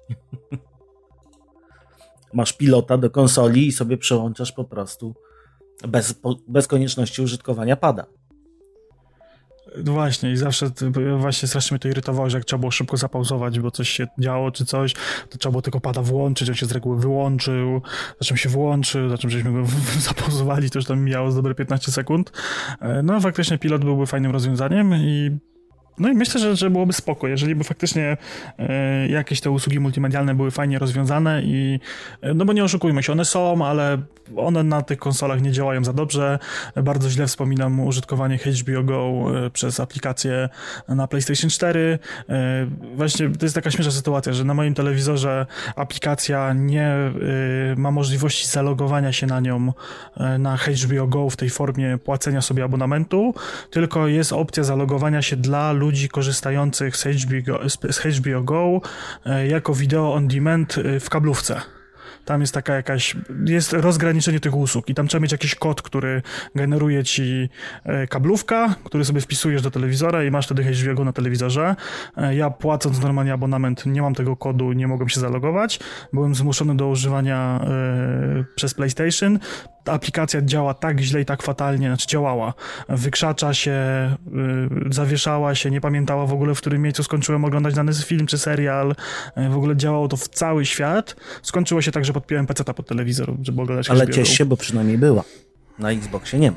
S2: Masz pilota do konsoli i sobie przełączasz po prostu bez konieczności użytkowania pada.
S1: Właśnie i zawsze strasznie mnie to irytowało, że jak trzeba było szybko zapauzować, bo coś się działo czy coś, to trzeba było tylko pada włączyć, on się z reguły wyłączył, zaczem się włączył, zaczem żeśmy go zapauzowali, to już tam mijało z dobre 15 sekund. No faktycznie pilot byłby fajnym rozwiązaniem i myślę, że byłoby spoko, jeżeli by faktycznie jakieś te usługi multimedialne były fajnie rozwiązane i no bo nie oszukujmy się, one są, ale one na tych konsolach nie działają za dobrze. Bardzo źle wspominam użytkowanie HBO Go przez aplikację na PlayStation 4. Właśnie to jest taka śmieszna sytuacja, że na moim telewizorze aplikacja nie ma możliwości zalogowania się na nią na HBO Go w tej formie płacenia sobie abonamentu, tylko jest opcja zalogowania się dla ludzi korzystających z HBO Go jako video on demand w kablówce. Tam jest jest rozgraniczenie tych usług i tam trzeba mieć jakiś kod, który generuje ci kablówka, który sobie wpisujesz do telewizora i masz wtedy HBO Go na telewizorze. Ja płacąc normalnie abonament nie mam tego kodu, nie mogłem się zalogować. Byłem zmuszony do używania przez PlayStation. Ta aplikacja działa tak źle i tak fatalnie, znaczy działała. Wykrzacza się, zawieszała się, nie pamiętała w ogóle, w którym miejscu skończyłem oglądać dany film czy serial. W ogóle działało to w cały świat. Skończyło się tak, że podpiąłem PC-ta pod telewizor, żeby oglądać
S2: HBO. Ale ciesz się, bo przynajmniej była. Na Xboxie nie ma.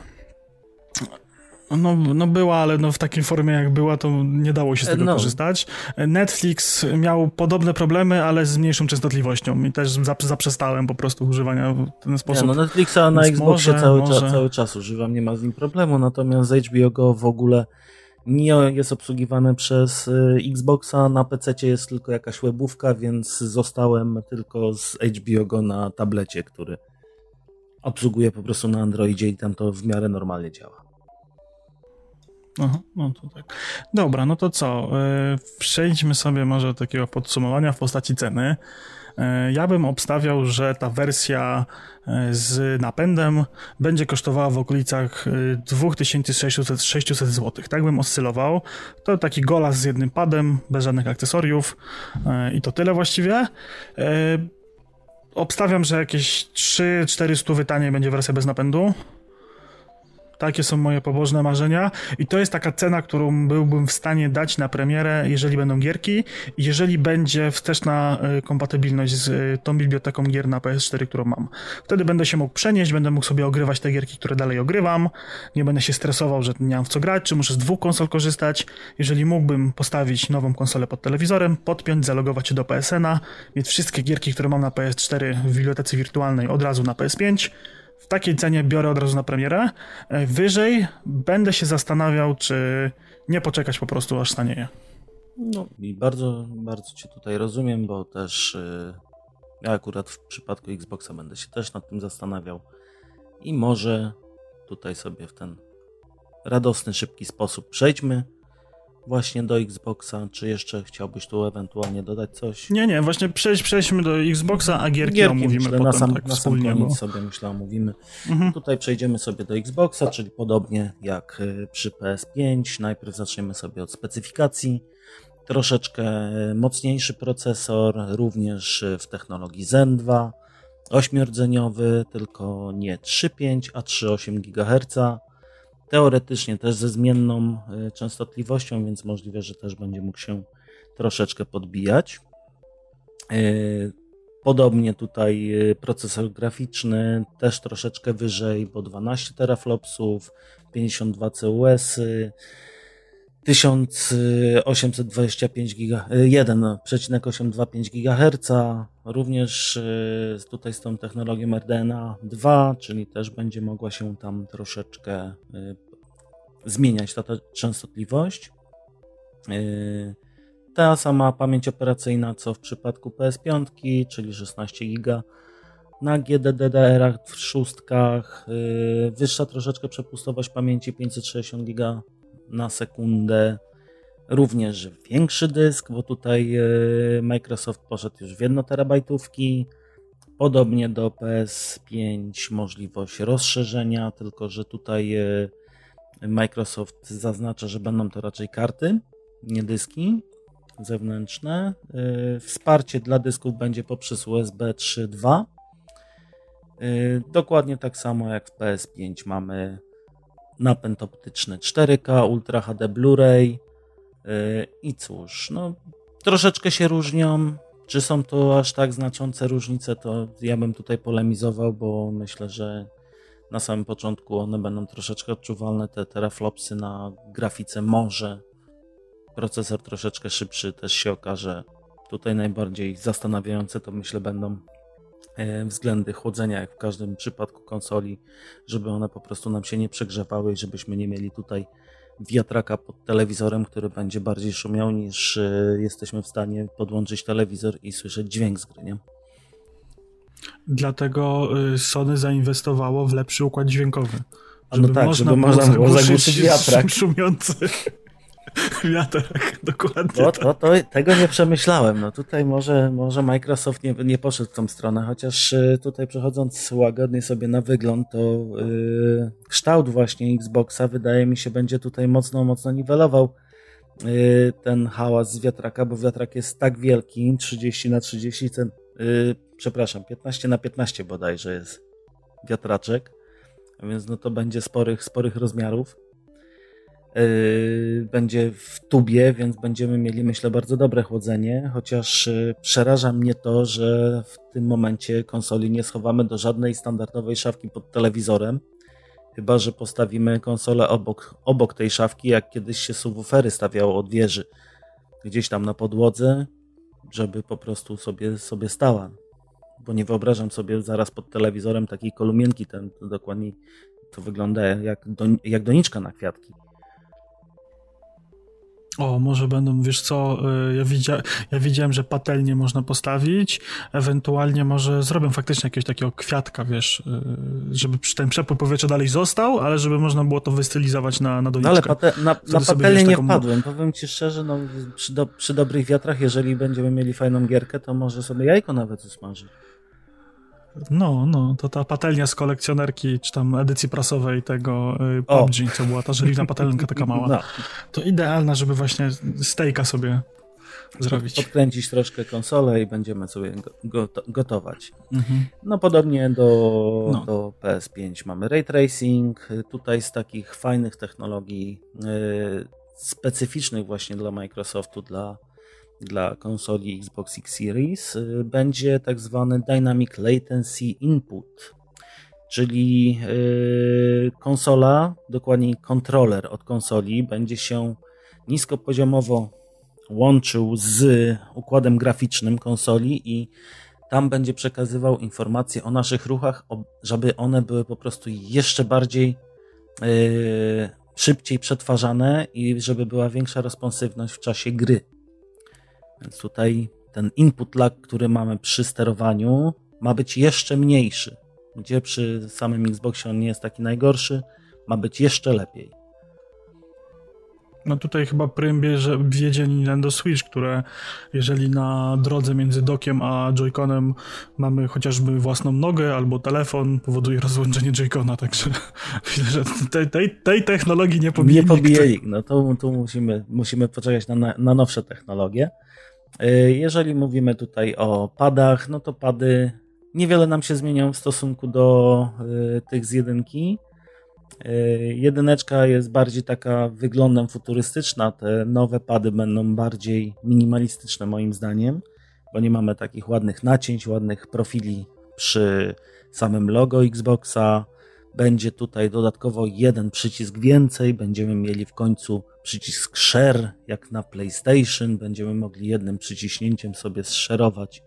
S1: No była, ale w takiej formie jak była, to nie dało się z tego korzystać. Netflix miał podobne problemy, ale z mniejszą częstotliwością i też zaprzestałem po prostu używania w ten sposób.
S2: Netflixa na Xboxie cały czas używam, nie ma z nim problemu, natomiast HBO Go w ogóle nie jest obsługiwane przez Xboxa, na PC-cie jest tylko jakaś webówka, więc zostałem tylko z HBO Go na tablecie, który obsługuje po prostu na Androidzie i tam to w miarę normalnie działa.
S1: Aha, no to tak. Dobra, no to co? Przejdźmy sobie może do takiego podsumowania w postaci ceny. Ja bym obstawiał, że ta wersja z napędem będzie kosztowała w okolicach 2600 zł. Tak bym oscylował. To taki golas z jednym padem, bez żadnych akcesoriów i to tyle właściwie. Obstawiam, że jakieś 3-400 taniej będzie wersja bez napędu. Takie są moje pobożne marzenia i to jest taka cena, którą byłbym w stanie dać na premierę, jeżeli będą gierki i jeżeli będzie wsteczna kompatybilność z tą biblioteką gier na PS4, którą mam. Wtedy będę się mógł przenieść, będę mógł sobie ogrywać te gierki, które dalej ogrywam, nie będę się stresował, że nie mam w co grać, czy muszę z 2 konsol korzystać. Jeżeli mógłbym postawić nową konsolę pod telewizorem, podpiąć, zalogować się do PSN-a, mieć wszystkie gierki, które mam na PS4 w bibliotece wirtualnej od razu na PS5, w takiej cenie biorę od razu na premierę. Wyżej będę się zastanawiał, czy nie poczekać po prostu aż stanieje.
S2: No i bardzo, bardzo Cię tutaj rozumiem, bo też ja akurat w przypadku Xboxa będę się też nad tym zastanawiał i może tutaj sobie w ten radosny, szybki sposób przejdźmy właśnie do Xboxa. Czy jeszcze chciałbyś tu ewentualnie dodać coś?
S1: Nie, właśnie przejdźmy do Xboxa, a gierki omówimy
S2: myślę,
S1: potem
S2: na sam
S1: wspólnie.
S2: koniec sobie myślę omówimy. Tutaj przejdziemy sobie do Xboxa, czyli podobnie jak przy PS5. Najpierw zaczniemy sobie od specyfikacji. Troszeczkę mocniejszy procesor, również w technologii Zen 2. 8-rdzeniowy, tylko nie 3,5, a 3,8 GHz. Teoretycznie też ze zmienną częstotliwością, więc możliwe, że też będzie mógł się troszeczkę podbijać. Podobnie tutaj procesor graficzny też troszeczkę wyżej, bo 12 teraflopsów, 52 CUS, 1825 1,825 GHz, również tutaj z tą technologią RDNA 2, czyli też będzie mogła się tam troszeczkę zmieniać ta częstotliwość. Ta sama pamięć operacyjna co w przypadku PS5, czyli 16 GB na GDDR-ach w szóstkach, wyższa troszeczkę przepustowość pamięci 560 GB na sekundę, również większy dysk, bo tutaj Microsoft poszedł już w 1 terabajtówki, podobnie do PS5 możliwość rozszerzenia, tylko że tutaj Microsoft zaznacza, że będą to raczej karty, nie dyski zewnętrzne. Wsparcie dla dysków będzie poprzez USB 3.2. Dokładnie tak samo jak w PS5 mamy napęd optyczny 4K, Ultra HD Blu-ray i cóż, no troszeczkę się różnią. Czy są to aż tak znaczące różnice, to ja bym tutaj polemizował, bo myślę, że na samym początku one będą troszeczkę odczuwalne, te teraflopsy na grafice może. Procesor troszeczkę szybszy też się okaże. Tutaj najbardziej zastanawiające to myślę będą względy chłodzenia, jak w każdym przypadku konsoli, żeby one po prostu nam się nie przegrzewały i żebyśmy nie mieli tutaj wiatraka pod telewizorem, który będzie bardziej szumiał niż jesteśmy w stanie podłączyć telewizor i słyszeć dźwięk z gry, nie?
S1: Dlatego Sony zainwestowało w lepszy układ dźwiękowy.
S2: Żeby można było zagłuszyć wiatrak.
S1: Szumiący wiatrak, dokładnie.
S2: Tego nie przemyślałem. No tutaj może Microsoft nie poszedł w tą stronę, chociaż tutaj przechodząc łagodnie sobie na wygląd, to kształt właśnie Xboxa wydaje mi się będzie tutaj mocno niwelował ten hałas z wiatraka, bo wiatrak jest tak wielki, 30x30 przepraszam, 15x15 bodajże jest wiatraczek, więc no to będzie sporych rozmiarów. Będzie w tubie, więc będziemy mieli, myślę, bardzo dobre chłodzenie, chociaż przeraża mnie to, że w tym momencie konsoli nie schowamy do żadnej standardowej szafki pod telewizorem, chyba że postawimy konsolę obok tej szafki, jak kiedyś się subwoofery stawiało od wieży, gdzieś tam na podłodze, żeby po prostu sobie stała, bo nie wyobrażam sobie zaraz pod telewizorem takiej kolumienki, dokładnie to wygląda jak doniczka na kwiatki.
S1: O, może będą, wiesz co, ja widziałem, że patelnię można postawić, ewentualnie może zrobią faktycznie jakiegoś takiego kwiatka, wiesz, żeby ten przepływ powietrza dalej został, ale żeby można było to wystylizować na doniczkę.
S2: No ale na patelnię nie wpadłem, powiem Ci szczerze, no przy dobrych wiatrach, jeżeli będziemy mieli fajną gierkę, to może sobie jajko nawet usmażyć.
S1: No, to ta patelnia z kolekcjonerki, czy tam edycji prasowej tego PUBG, co była ta żeliwna patelenka taka mała. No. To idealna, żeby właśnie stejka sobie zrobić.
S2: Podkręcić troszkę konsolę i będziemy sobie gotować. No podobnie do PS5 mamy Ray Tracing. Tutaj z takich fajnych technologii specyficznych właśnie dla Microsoftu, dla konsoli Xbox X Series będzie tak zwany Dynamic Latency Input, czyli konsola, dokładniej kontroler od konsoli będzie się niskopoziomowo łączył z układem graficznym konsoli i tam będzie przekazywał informacje o naszych ruchach, żeby one były po prostu jeszcze bardziej szybciej przetwarzane i żeby była większa responsywność w czasie gry. Więc tutaj ten input lag, który mamy przy sterowaniu, ma być jeszcze mniejszy. Gdzie przy samym Xboxie on nie jest taki najgorszy, ma być jeszcze lepiej.
S1: No tutaj chyba prym bierze wiedzie Nintendo Switch, które jeżeli na drodze między dockiem a Joy-Conem mamy chociażby własną nogę albo telefon, powoduje rozłączenie Joy-Cona, także myślę, że tej technologii nie pobije nikt.
S2: No to tu musimy poczekać na nowsze technologie. Jeżeli mówimy tutaj o padach, no to pady niewiele nam się zmienią w stosunku do tych z jedynki. Jedyneczka jest bardziej taka wyglądem futurystyczna, te nowe pady będą bardziej minimalistyczne moim zdaniem, bo nie mamy takich ładnych nacięć, ładnych profili przy samym logo Xboxa. Będzie tutaj dodatkowo jeden przycisk więcej, będziemy mieli w końcu przycisk share jak na PlayStation, będziemy mogli jednym przyciśnięciem sobie zszerować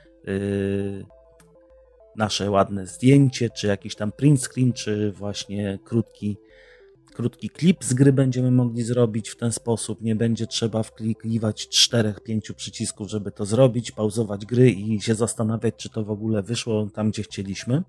S2: nasze ładne zdjęcie, czy jakiś tam print screen, czy właśnie krótki klip z gry będziemy mogli zrobić w ten sposób. Nie będzie trzeba wklikiwać 4-5 przycisków, żeby to zrobić, pauzować gry i się zastanawiać, czy to w ogóle wyszło tam, gdzie chcieliśmy.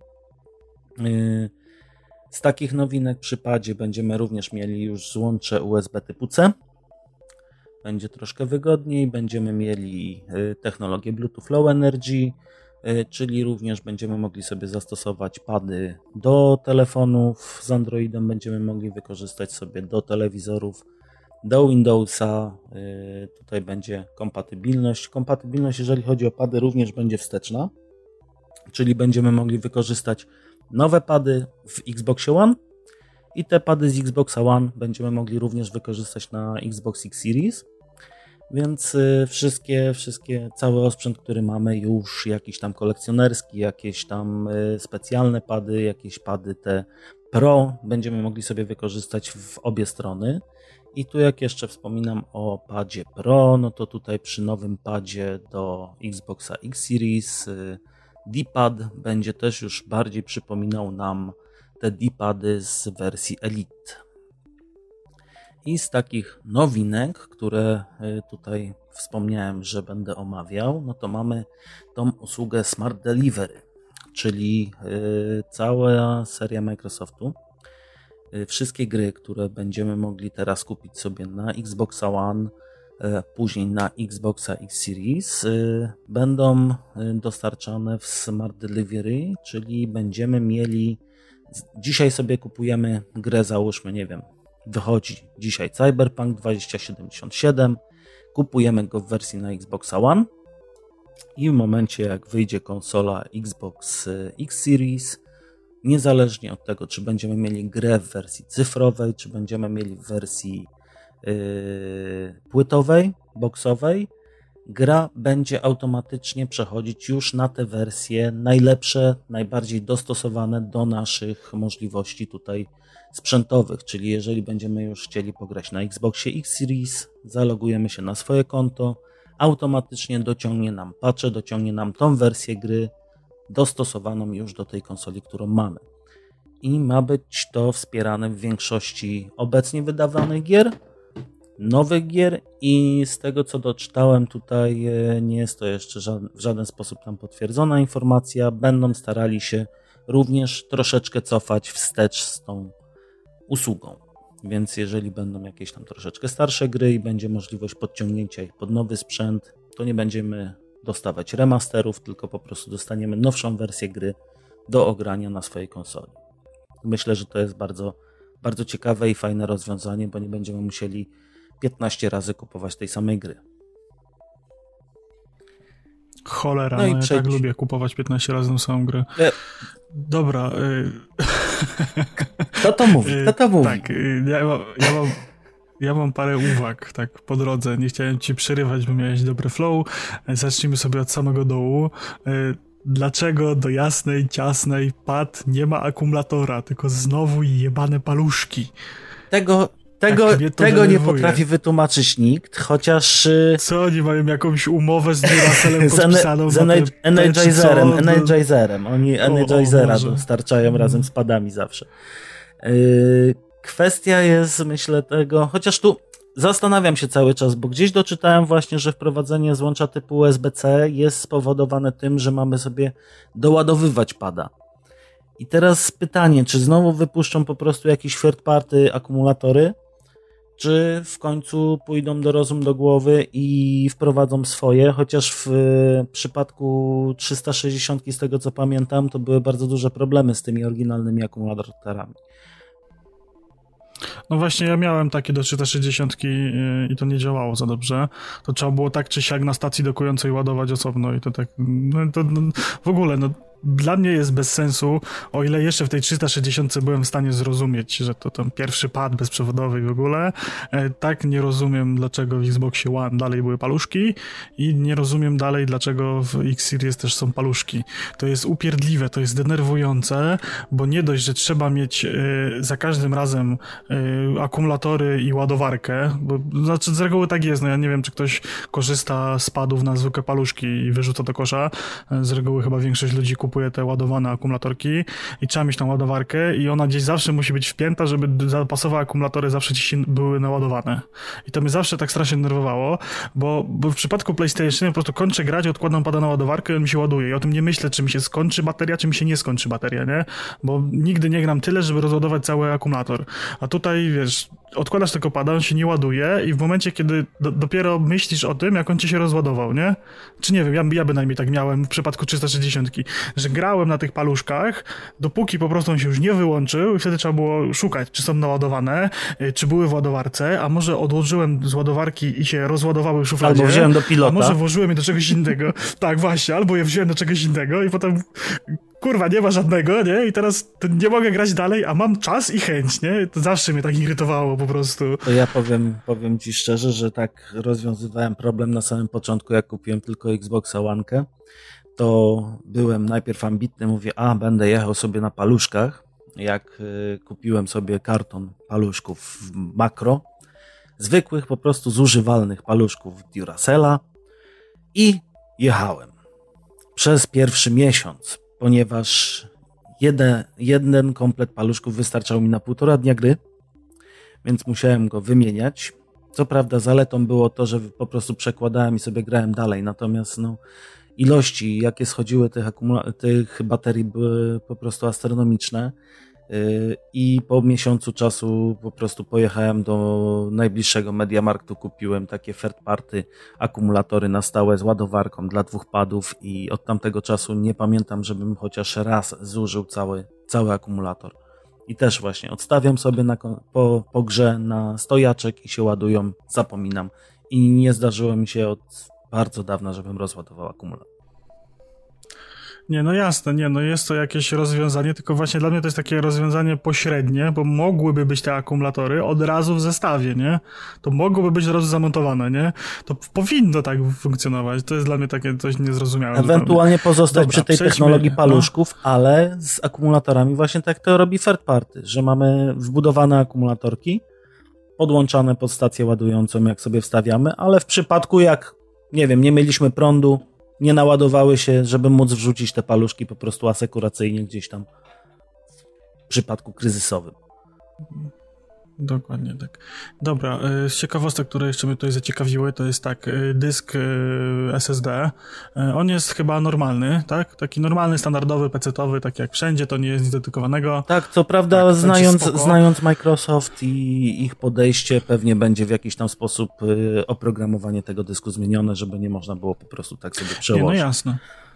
S2: Z takich nowinek przy padzie będziemy również mieli już złącze USB typu C. Będzie troszkę wygodniej, będziemy mieli technologię Bluetooth Low Energy, czyli również będziemy mogli sobie zastosować pady do telefonów z Androidem, będziemy mogli wykorzystać sobie do telewizorów, do Windowsa. Tutaj będzie kompatybilność. Kompatybilność, jeżeli chodzi o pady, również będzie wsteczna, czyli będziemy mogli wykorzystać nowe pady w Xboxie One i te pady z Xboxa One będziemy mogli również wykorzystać na Xbox X Series. Więc cały osprzęt, który mamy już, jakiś tam kolekcjonerski, jakieś tam specjalne pady, jakieś pady te Pro, będziemy mogli sobie wykorzystać w obie strony. I tu jak jeszcze wspominam o padzie Pro, no to tutaj przy nowym padzie do Xboxa X Series D-pad będzie też już bardziej przypominał nam te D-pady z wersji Elite. I z takich nowinek, które tutaj wspomniałem, że będę omawiał, no to mamy tą usługę Smart Delivery, czyli cała seria Microsoftu. Wszystkie gry, które będziemy mogli teraz kupić sobie na Xboxa One, później na Xboxa X Series, będą dostarczane w Smart Delivery, czyli będziemy mieli, dzisiaj sobie kupujemy grę, załóżmy, nie wiem, wychodzi dzisiaj Cyberpunk 2077, kupujemy go w wersji na Xboxa One i w momencie jak wyjdzie konsola Xbox X Series, niezależnie od tego, czy będziemy mieli grę w wersji cyfrowej, czy będziemy mieli w wersji płytowej, boxowej, gra będzie automatycznie przechodzić już na te wersje najlepsze, najbardziej dostosowane do naszych możliwości tutaj sprzętowych, czyli jeżeli będziemy już chcieli pograć na Xboxie X Series, zalogujemy się na swoje konto, automatycznie dociągnie nam patche, dociągnie nam tą wersję gry dostosowaną już do tej konsoli, którą mamy. I ma być to wspierane w większości obecnie wydawanych gier, nowych gier i z tego co doczytałem tutaj nie jest to jeszcze w żaden sposób tam potwierdzona informacja, będą starali się również troszeczkę cofać wstecz z tą usługą. Więc jeżeli będą jakieś tam troszeczkę starsze gry i będzie możliwość podciągnięcia ich pod nowy sprzęt, to nie będziemy dostawać remasterów, tylko po prostu dostaniemy nowszą wersję gry do ogrania na swojej konsoli. Myślę, że to jest bardzo, bardzo ciekawe i fajne rozwiązanie, bo nie będziemy musieli 15 razy kupować tej samej gry.
S1: Cholera, no ja tak lubię kupować 15 razy tą samą grę. Dobra.
S2: Kto to mówi?
S1: Tak, ja mam parę uwag tak po drodze. Nie chciałem ci przerywać, bo miałeś dobry flow. Zacznijmy sobie od samego dołu. Dlaczego do jasnej, ciasnej pad nie ma akumulatora, tylko znowu jebane paluszki?
S2: Tego nie potrafi wytłumaczyć nikt, chociaż...
S1: Co, oni mają jakąś umowę z Duracelem podpisaną?
S2: Z Energizerem. Oni Energizera dostarczają razem z padami zawsze. Kwestia jest, myślę, tego... Chociaż tu zastanawiam się cały czas, bo gdzieś doczytałem właśnie, że wprowadzenie złącza typu USB-C jest spowodowane tym, że mamy sobie doładowywać pada. I teraz pytanie, czy znowu wypuszczą po prostu jakieś third party akumulatory, czy w końcu pójdą do rozum do głowy i wprowadzą swoje, chociaż w przypadku 360 z tego co pamiętam, to były bardzo duże problemy z tymi oryginalnymi akumulatorami.
S1: No właśnie, ja miałem takie do 360 i to nie działało za dobrze. To trzeba było tak czy siak na stacji dokującej ładować osobno i to tak, w ogóle, dla mnie jest bez sensu, o ile jeszcze w tej 360 byłem w stanie zrozumieć, że to ten pierwszy pad bezprzewodowy w ogóle, tak nie rozumiem, dlaczego w Xboxie One dalej były paluszki i nie rozumiem dalej, dlaczego w X-Series też są paluszki. To jest upierdliwe, to jest denerwujące, bo nie dość, że trzeba mieć za każdym razem akumulatory i ładowarkę, bo znaczy z reguły tak jest, ja nie wiem, czy ktoś korzysta z padów na zwykłe paluszki i wyrzuca do kosza, z reguły chyba większość ludzi kupuje te ładowane akumulatorki i trzeba mieć tą ładowarkę i ona gdzieś zawsze musi być wpięta, żeby zapasowe akumulatory zawsze ci były naładowane. I to mnie zawsze tak strasznie denerwowało, bo w przypadku PlayStation po prostu kończę grać, odkładam pada na ładowarkę i on mi się ładuje. I o tym nie myślę, czy mi się skończy bateria, czy mi się nie skończy bateria, nie? Bo nigdy nie gram tyle, żeby rozładować cały akumulator. A tutaj, wiesz, odkładasz tylko pada, on się nie ładuje i w momencie, kiedy dopiero myślisz o tym, jak on ci się rozładował, nie? Czy nie wiem, ja bynajmniej tak miałem w przypadku 360, że grałem na tych paluszkach, dopóki po prostu on się już nie wyłączył i wtedy trzeba było szukać, czy są naładowane, czy były w ładowarce, a może odłożyłem z ładowarki i się rozładowały w szufladzie.
S2: Albo wziąłem do pilota.
S1: A może włożyłem je do czegoś innego. Tak, właśnie, albo je wziąłem do czegoś innego i potem kurwa, nie ma żadnego, nie? I teraz nie mogę grać dalej, a mam czas i chęć, nie? To zawsze mnie tak irytowało po prostu.
S2: To ja powiem ci szczerze, że tak rozwiązywałem problem na samym początku, jak kupiłem tylko Xboxa One'kę. To byłem najpierw ambitny, mówię, będę jechał sobie na paluszkach, jak kupiłem sobie karton paluszków w Makro, zwykłych po prostu zużywalnych paluszków Duracella i jechałem przez pierwszy miesiąc, ponieważ jeden komplet paluszków wystarczał mi na 1,5 dnia gry, więc musiałem go wymieniać. Co prawda zaletą było to, że po prostu przekładałem i sobie grałem dalej, natomiast ilości, jakie schodziły tych baterii, były po prostu astronomiczne i po miesiącu czasu po prostu pojechałem do najbliższego MediaMarktu, kupiłem takie third party akumulatory na stałe z ładowarką dla 2 padów i od tamtego czasu nie pamiętam, żebym chociaż raz zużył cały akumulator. I też właśnie odstawiam sobie po grze na stojaczek i się ładują, zapominam. I nie zdarzyło mi się od bardzo dawna, żebym rozładował akumulator.
S1: Nie, no jasne, jest to jakieś rozwiązanie, tylko właśnie dla mnie to jest takie rozwiązanie pośrednie, bo mogłyby być te akumulatory od razu w zestawie, nie? To mogłoby być od razu zamontowane, nie? To powinno tak funkcjonować. To jest dla mnie takie coś niezrozumiałe.
S2: Ewentualnie pozostać przy tej technologii paluszków, ale z akumulatorami właśnie tak to robi third party, że mamy wbudowane akumulatorki, podłączane pod stację ładującą, jak sobie wstawiamy, ale w przypadku jak, nie wiem, nie mieliśmy prądu, nie naładowały się, żeby móc wrzucić te paluszki po prostu asekuracyjnie gdzieś tam w przypadku kryzysowym.
S1: Dokładnie tak. Dobra, z ciekawostek, które jeszcze mnie tutaj zaciekawiły, to jest tak, dysk SSD, on jest chyba normalny, tak? Taki normalny, standardowy, pecetowy, tak jak wszędzie, to nie jest nic dedykowanego.
S2: Tak, co prawda tak, znając Microsoft i ich podejście, pewnie będzie w jakiś tam sposób oprogramowanie tego dysku zmienione, żeby nie można było po prostu tak sobie przełożyć.
S1: No jasne.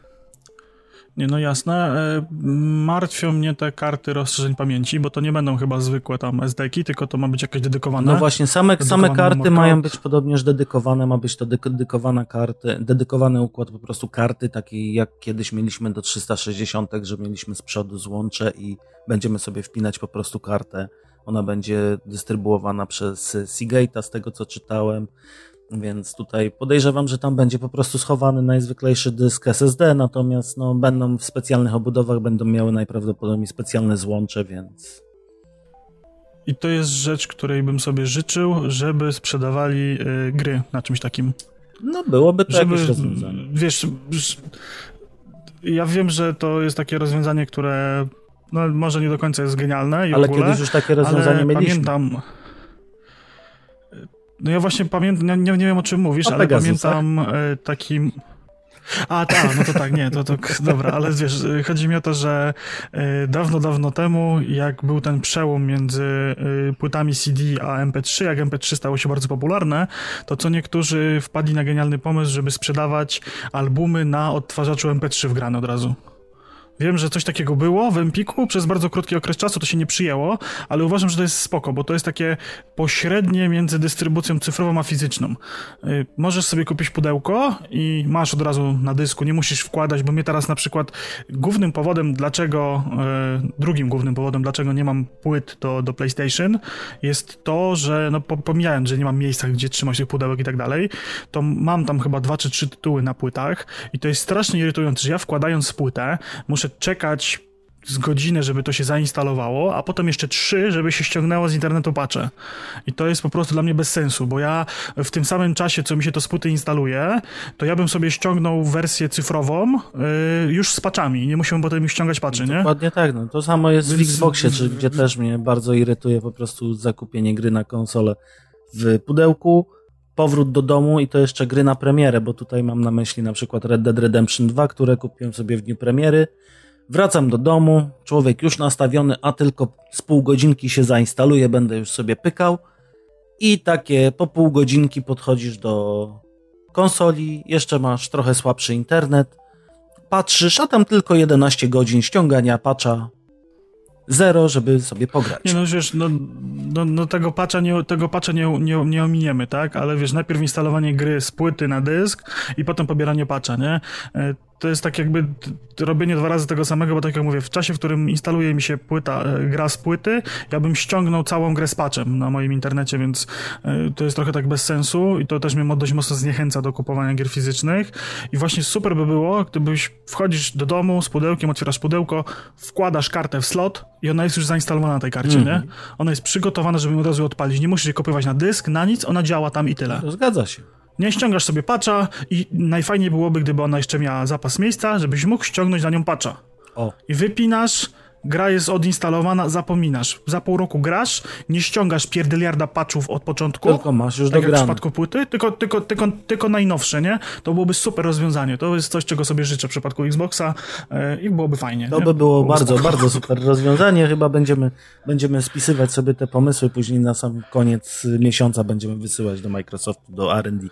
S1: Jasne. Martwią mnie te karty rozszerzeń pamięci, bo to nie będą chyba zwykłe tam SD-ki, tylko to ma być jakieś dedykowane.
S2: No właśnie, same karty mają być podobnież dedykowane, ma być to dedykowany układ po prostu karty, taki jak kiedyś mieliśmy do 360, że mieliśmy z przodu złącze i będziemy sobie wpinać po prostu kartę. Ona będzie dystrybuowana przez Seagate'a, z tego co czytałem. Więc tutaj podejrzewam, że tam będzie po prostu schowany najzwyklejszy dysk SSD, natomiast będą w specjalnych obudowach, będą miały najprawdopodobniej specjalne złącze, więc
S1: I to jest rzecz, której bym sobie życzył, żeby sprzedawali gry na czymś takim.
S2: No byłoby to jakieś rozwiązanie.
S1: Wiesz, ja wiem, że to jest takie rozwiązanie, które no, może nie do końca jest genialne i
S2: ale
S1: w ogóle,
S2: kiedyś już takie rozwiązanie mieliśmy.
S1: Pamiętam... No ja właśnie pamiętam, nie wiem o czym mówisz, ale pamiętam taki... A tak, no to tak, nie, to dobra, ale wiesz, chodzi mi o to, że dawno temu, jak był ten przełom między płytami CD a MP3, jak MP3 stało się bardzo popularne, to co niektórzy wpadli na genialny pomysł, żeby sprzedawać albumy na odtwarzaczu MP3 wgrane od razu. Wiem, że coś takiego było w Empiku, przez bardzo krótki okres czasu to się nie przyjęło, ale uważam, że to jest spoko, bo to jest takie pośrednie między dystrybucją cyfrową a fizyczną. Możesz sobie kupić pudełko i masz od razu na dysku, nie musisz wkładać, bo mnie teraz na przykład drugim głównym powodem, dlaczego nie mam płyt do PlayStation, jest to, że no pomijając, że nie mam miejsca, gdzie trzymać tych pudełek i tak dalej, to mam tam chyba 2 czy 3 tytuły na płytach i to jest strasznie irytujące, że ja wkładając płytę muszę czekać z godzinę, żeby to się zainstalowało, a potem jeszcze 3, żeby się ściągnęło z internetu patche. I to jest po prostu dla mnie bez sensu, bo ja w tym samym czasie, co mi się to z płyty instaluje, to ja bym sobie ściągnął wersję cyfrową już z patchami. Nie musiałbym potem ściągać patchy, nie?
S2: Dokładnie tak. No. To samo jest w Xboxie, gdzie też mnie bardzo irytuje po prostu zakupienie gry na konsolę w pudełku, powrót do domu i to jeszcze gry na premierę, bo tutaj mam na myśli na przykład Red Dead Redemption 2, które kupiłem sobie w dniu premiery. Wracam do domu, człowiek już nastawiony, a tylko z pół godzinki się zainstaluje, będę już sobie pykał i takie po pół godzinki podchodzisz do konsoli, jeszcze masz trochę słabszy internet, patrzysz, a tam tylko 11 godzin ściągania patcha, 0, żeby sobie pograć.
S1: Nie, no wiesz, tego patcha nie ominiemy, tak? Ale wiesz, najpierw instalowanie gry z płyty na dysk i potem pobieranie patcha, nie? To jest tak jakby robienie 2 razy tego samego, bo tak jak mówię, w czasie, w którym instaluje mi się gra z płyty, ja bym ściągnął całą grę z patchem na moim internecie, więc to jest trochę tak bez sensu i to też mnie dość mocno zniechęca do kupowania gier fizycznych i właśnie super by było, gdybyś wchodzisz do domu z pudełkiem, otwierasz pudełko, wkładasz kartę w slot i ona jest już zainstalowana na tej karcie, nie? Ona jest przygotowana, żeby ją od razu odpalić. Nie musisz jej kopiować na dysk, na nic, ona działa tam i tyle.
S2: To zgadza się.
S1: Nie ściągasz sobie patcha i najfajniej byłoby, gdyby ona jeszcze miała zapas miejsca, żebyś mógł ściągnąć na nią patcha. I wypinasz, gra jest odinstalowana, zapominasz. Za pół roku grasz, nie ściągasz pierdyliarda patchów od początku.
S2: Tylko masz już
S1: tak
S2: dograne.
S1: Jak w przypadku płyty, tylko najnowsze, nie? To byłoby super rozwiązanie. To jest coś, czego sobie życzę w przypadku Xboxa i byłoby fajnie.
S2: To by było bardzo super rozwiązanie. Chyba będziemy spisywać sobie te pomysły, później na sam koniec miesiąca będziemy wysyłać do Microsoftu, do R&D.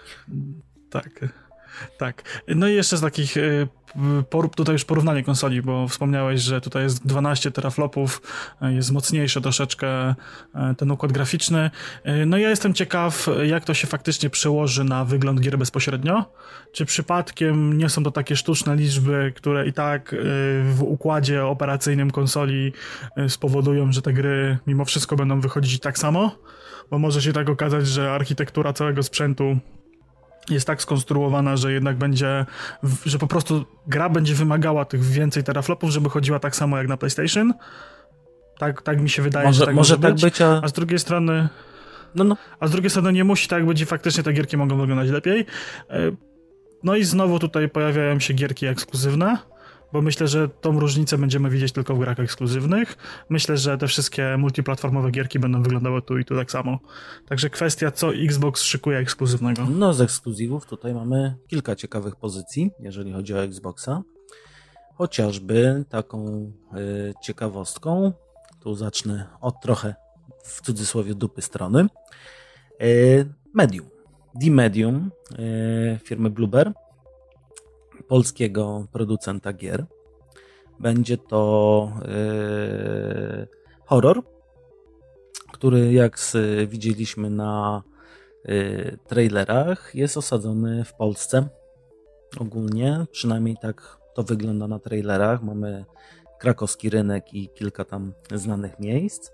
S1: Tak. No i jeszcze z takich tutaj już porównanie konsoli, bo wspomniałeś, że tutaj jest 12 teraflopów, jest mocniejszy troszeczkę ten układ graficzny. No ja jestem ciekaw, jak to się faktycznie przełoży na wygląd gier bezpośrednio. Czy przypadkiem nie są to takie sztuczne liczby, które i tak w układzie operacyjnym konsoli spowodują, że te gry mimo wszystko będą wychodzić tak samo? Bo może się tak okazać, że architektura całego sprzętu jest tak skonstruowana, że jednak że po prostu gra będzie wymagała tych więcej teraflopów, żeby chodziła tak samo jak na PlayStation. Tak mi się wydaje, że tak może być. A z drugiej strony a z drugiej strony nie musi tak być i faktycznie te gierki mogą wyglądać lepiej. No i znowu tutaj pojawiają się gierki ekskluzywne, bo myślę, że tą różnicę będziemy widzieć tylko w grach ekskluzywnych. Myślę, że te wszystkie multiplatformowe gierki będą wyglądały tu i tu tak samo. Także kwestia, co Xbox szykuje ekskluzywnego.
S2: No z ekskluzywów tutaj mamy kilka ciekawych pozycji, jeżeli chodzi o Xboxa. Chociażby taką ciekawostką, tu zacznę od trochę w cudzysłowie dupy strony. Medium. The Medium firmy Bloober, polskiego producenta gier. Będzie to horror, który jak widzieliśmy na trailerach jest osadzony w Polsce. Ogólnie, przynajmniej tak to wygląda na trailerach. Mamy krakowski rynek i kilka tam znanych miejsc.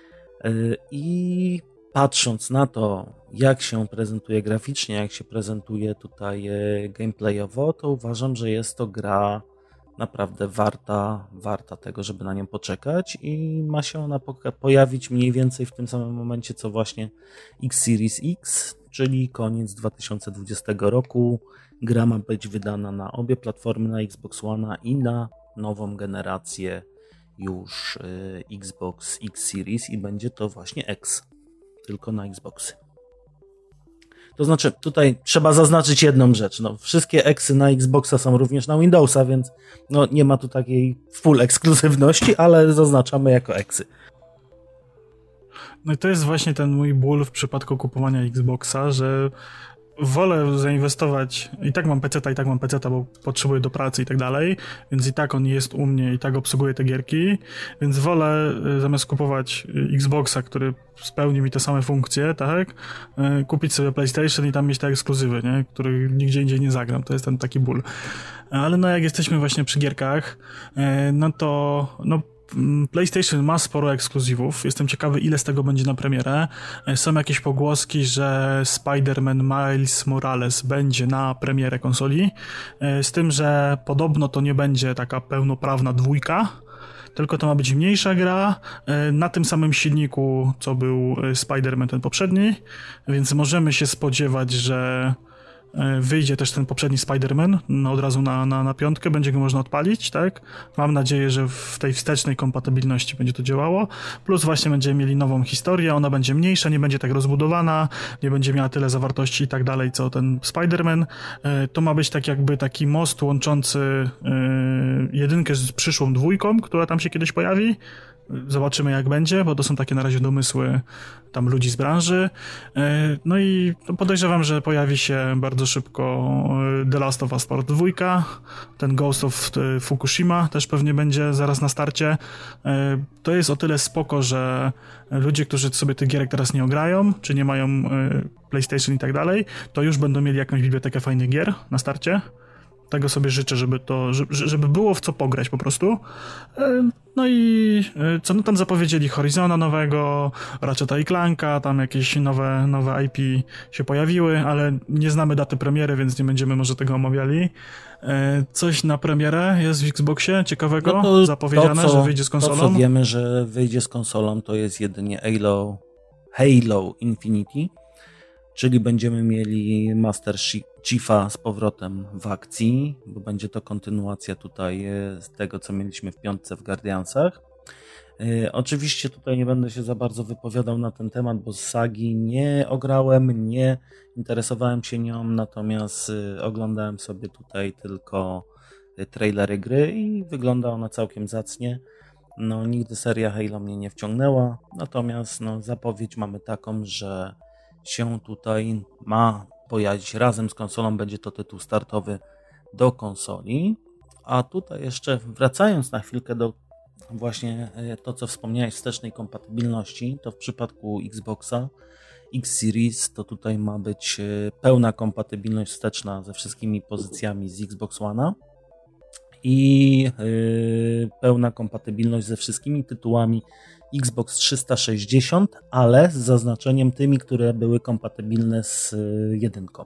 S2: I patrząc na to, jak się prezentuje graficznie, jak się prezentuje tutaj gameplayowo, to uważam, że jest to gra naprawdę warta tego, żeby na nią poczekać i ma się ona pojawić mniej więcej w tym samym momencie, co właśnie X-Series X, czyli koniec 2020 roku. Gra ma być wydana na obie platformy, na Xbox One i na nową generację już Xbox X-Series i będzie to właśnie X, tylko na Xboxy. To znaczy, tutaj trzeba zaznaczyć jedną rzecz. No, wszystkie Xy na Xboxa są również na Windowsa, więc no, nie ma tu takiej full ekskluzywności, ale zaznaczamy jako Xy.
S1: No i to jest właśnie ten mój ból w przypadku kupowania Xboxa, że wolę zainwestować, i tak mam PC-ta, bo potrzebuję do pracy i tak dalej, więc i tak on jest u mnie, i tak obsługuję te gierki, więc wolę zamiast kupować Xboxa, który spełni mi te same funkcje, tak, kupić sobie PlayStation i tam mieć te ekskluzywy, nie, których nigdzie indziej nie zagram, to jest ten taki ból. Ale no jak jesteśmy właśnie przy gierkach, no to PlayStation ma sporo ekskluzywów. Jestem ciekawy, ile z tego będzie na premierę. Są jakieś pogłoski, że Spider-Man Miles Morales będzie na premierę konsoli. Z tym, że podobno to nie będzie taka pełnoprawna dwójka, tylko to ma być mniejsza gra na tym samym silniku, co był Spider-Man ten poprzedni, więc możemy się spodziewać, że wyjdzie też ten poprzedni Spider-Man od razu na piątkę, będzie go można odpalić, tak? Mam nadzieję, że w tej wstecznej kompatybilności będzie to działało, plus właśnie będziemy mieli nową historię, ona będzie mniejsza, nie będzie tak rozbudowana, nie będzie miała tyle zawartości i tak dalej, co ten Spider-Man. To ma być tak jakby taki most łączący jedynkę z przyszłą dwójką, która tam się kiedyś pojawi. Zobaczymy, jak będzie, bo to są takie na razie domysły tam ludzi z branży. No i podejrzewam, że pojawi się bardzo szybko The Last of Us Part 2, ten Ghost of Fukushima też pewnie będzie zaraz na starcie. To jest o tyle spoko, że ludzie, którzy sobie tych gierek teraz nie ograją, czy nie mają PlayStation i tak dalej, to już będą mieli jakąś bibliotekę fajnych gier na starcie. Tego sobie życzę, żeby było w co pograć po prostu. No i co, no tam zapowiedzieli Horizona nowego, Ratcheta i Clanka, tam jakieś nowe IP się pojawiły, ale nie znamy daty premiery, więc nie będziemy może tego omawiali. Coś na premierę jest w Xboxie ciekawego, no zapowiedziane, że wyjdzie z konsolą?
S2: To, co wiemy, że wyjdzie z konsolą, to jest jedynie Halo Infinity, czyli będziemy mieli Master Chiefa z powrotem w akcji, bo będzie to kontynuacja tutaj z tego, co mieliśmy w piątce w Guardiansach. Oczywiście tutaj nie będę się za bardzo wypowiadał na ten temat, bo sagi nie ograłem, nie interesowałem się nią, natomiast oglądałem sobie tutaj tylko trailery gry i wygląda ona całkiem zacnie. No, nigdy seria Halo mnie nie wciągnęła, natomiast no, zapowiedź mamy taką, że się tutaj ma pojawić razem z konsolą, będzie to tytuł startowy do konsoli. A tutaj jeszcze wracając na chwilkę do właśnie to, co wspomniałeś, wstecznej kompatybilności, to w przypadku Xboxa X-Series to tutaj ma być pełna kompatybilność wsteczna ze wszystkimi pozycjami z Xbox One'a i pełna kompatybilność ze wszystkimi tytułami Xbox 360, ale z zaznaczeniem tymi, które były kompatybilne z jedynką.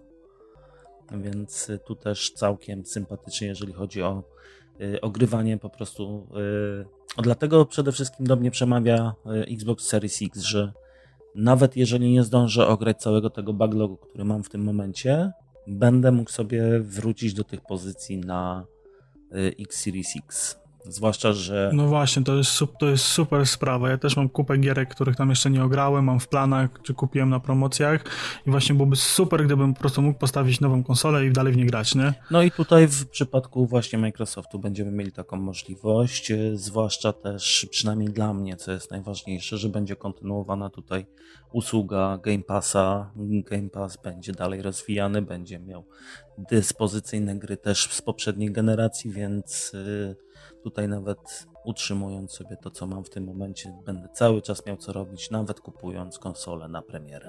S2: Więc tu też całkiem sympatycznie, jeżeli chodzi o ogrywanie po prostu. Dlatego przede wszystkim do mnie przemawia Xbox Series X, że nawet jeżeli nie zdążę ograć całego tego backlogu, który mam w tym momencie, będę mógł sobie wrócić do tych pozycji na X Series X. Zwłaszcza, że...
S1: No właśnie, to jest super sprawa. Ja też mam kupę gierek, których tam jeszcze nie ograłem, mam w planach, czy kupiłem na promocjach i właśnie byłoby super, gdybym po prostu mógł postawić nową konsolę i dalej w nie grać, nie?
S2: No i tutaj w przypadku właśnie Microsoftu będziemy mieli taką możliwość, zwłaszcza też, przynajmniej dla mnie, co jest najważniejsze, że będzie kontynuowana tutaj usługa Game Passa. Game Pass będzie dalej rozwijany, będzie miał dyspozycyjne gry też z poprzedniej generacji, więc tutaj nawet utrzymując sobie to, co mam w tym momencie, będę cały czas miał co robić, nawet kupując konsolę na premierę.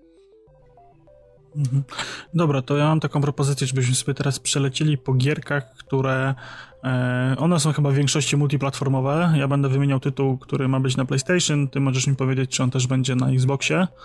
S1: Dobra, to ja mam taką propozycję, żebyśmy sobie teraz przelecieli po gierkach, które one są chyba w większości multiplatformowe. Ja będę wymieniał tytuł, który ma być na PlayStation, ty możesz mi powiedzieć, czy on też będzie na Xboxie.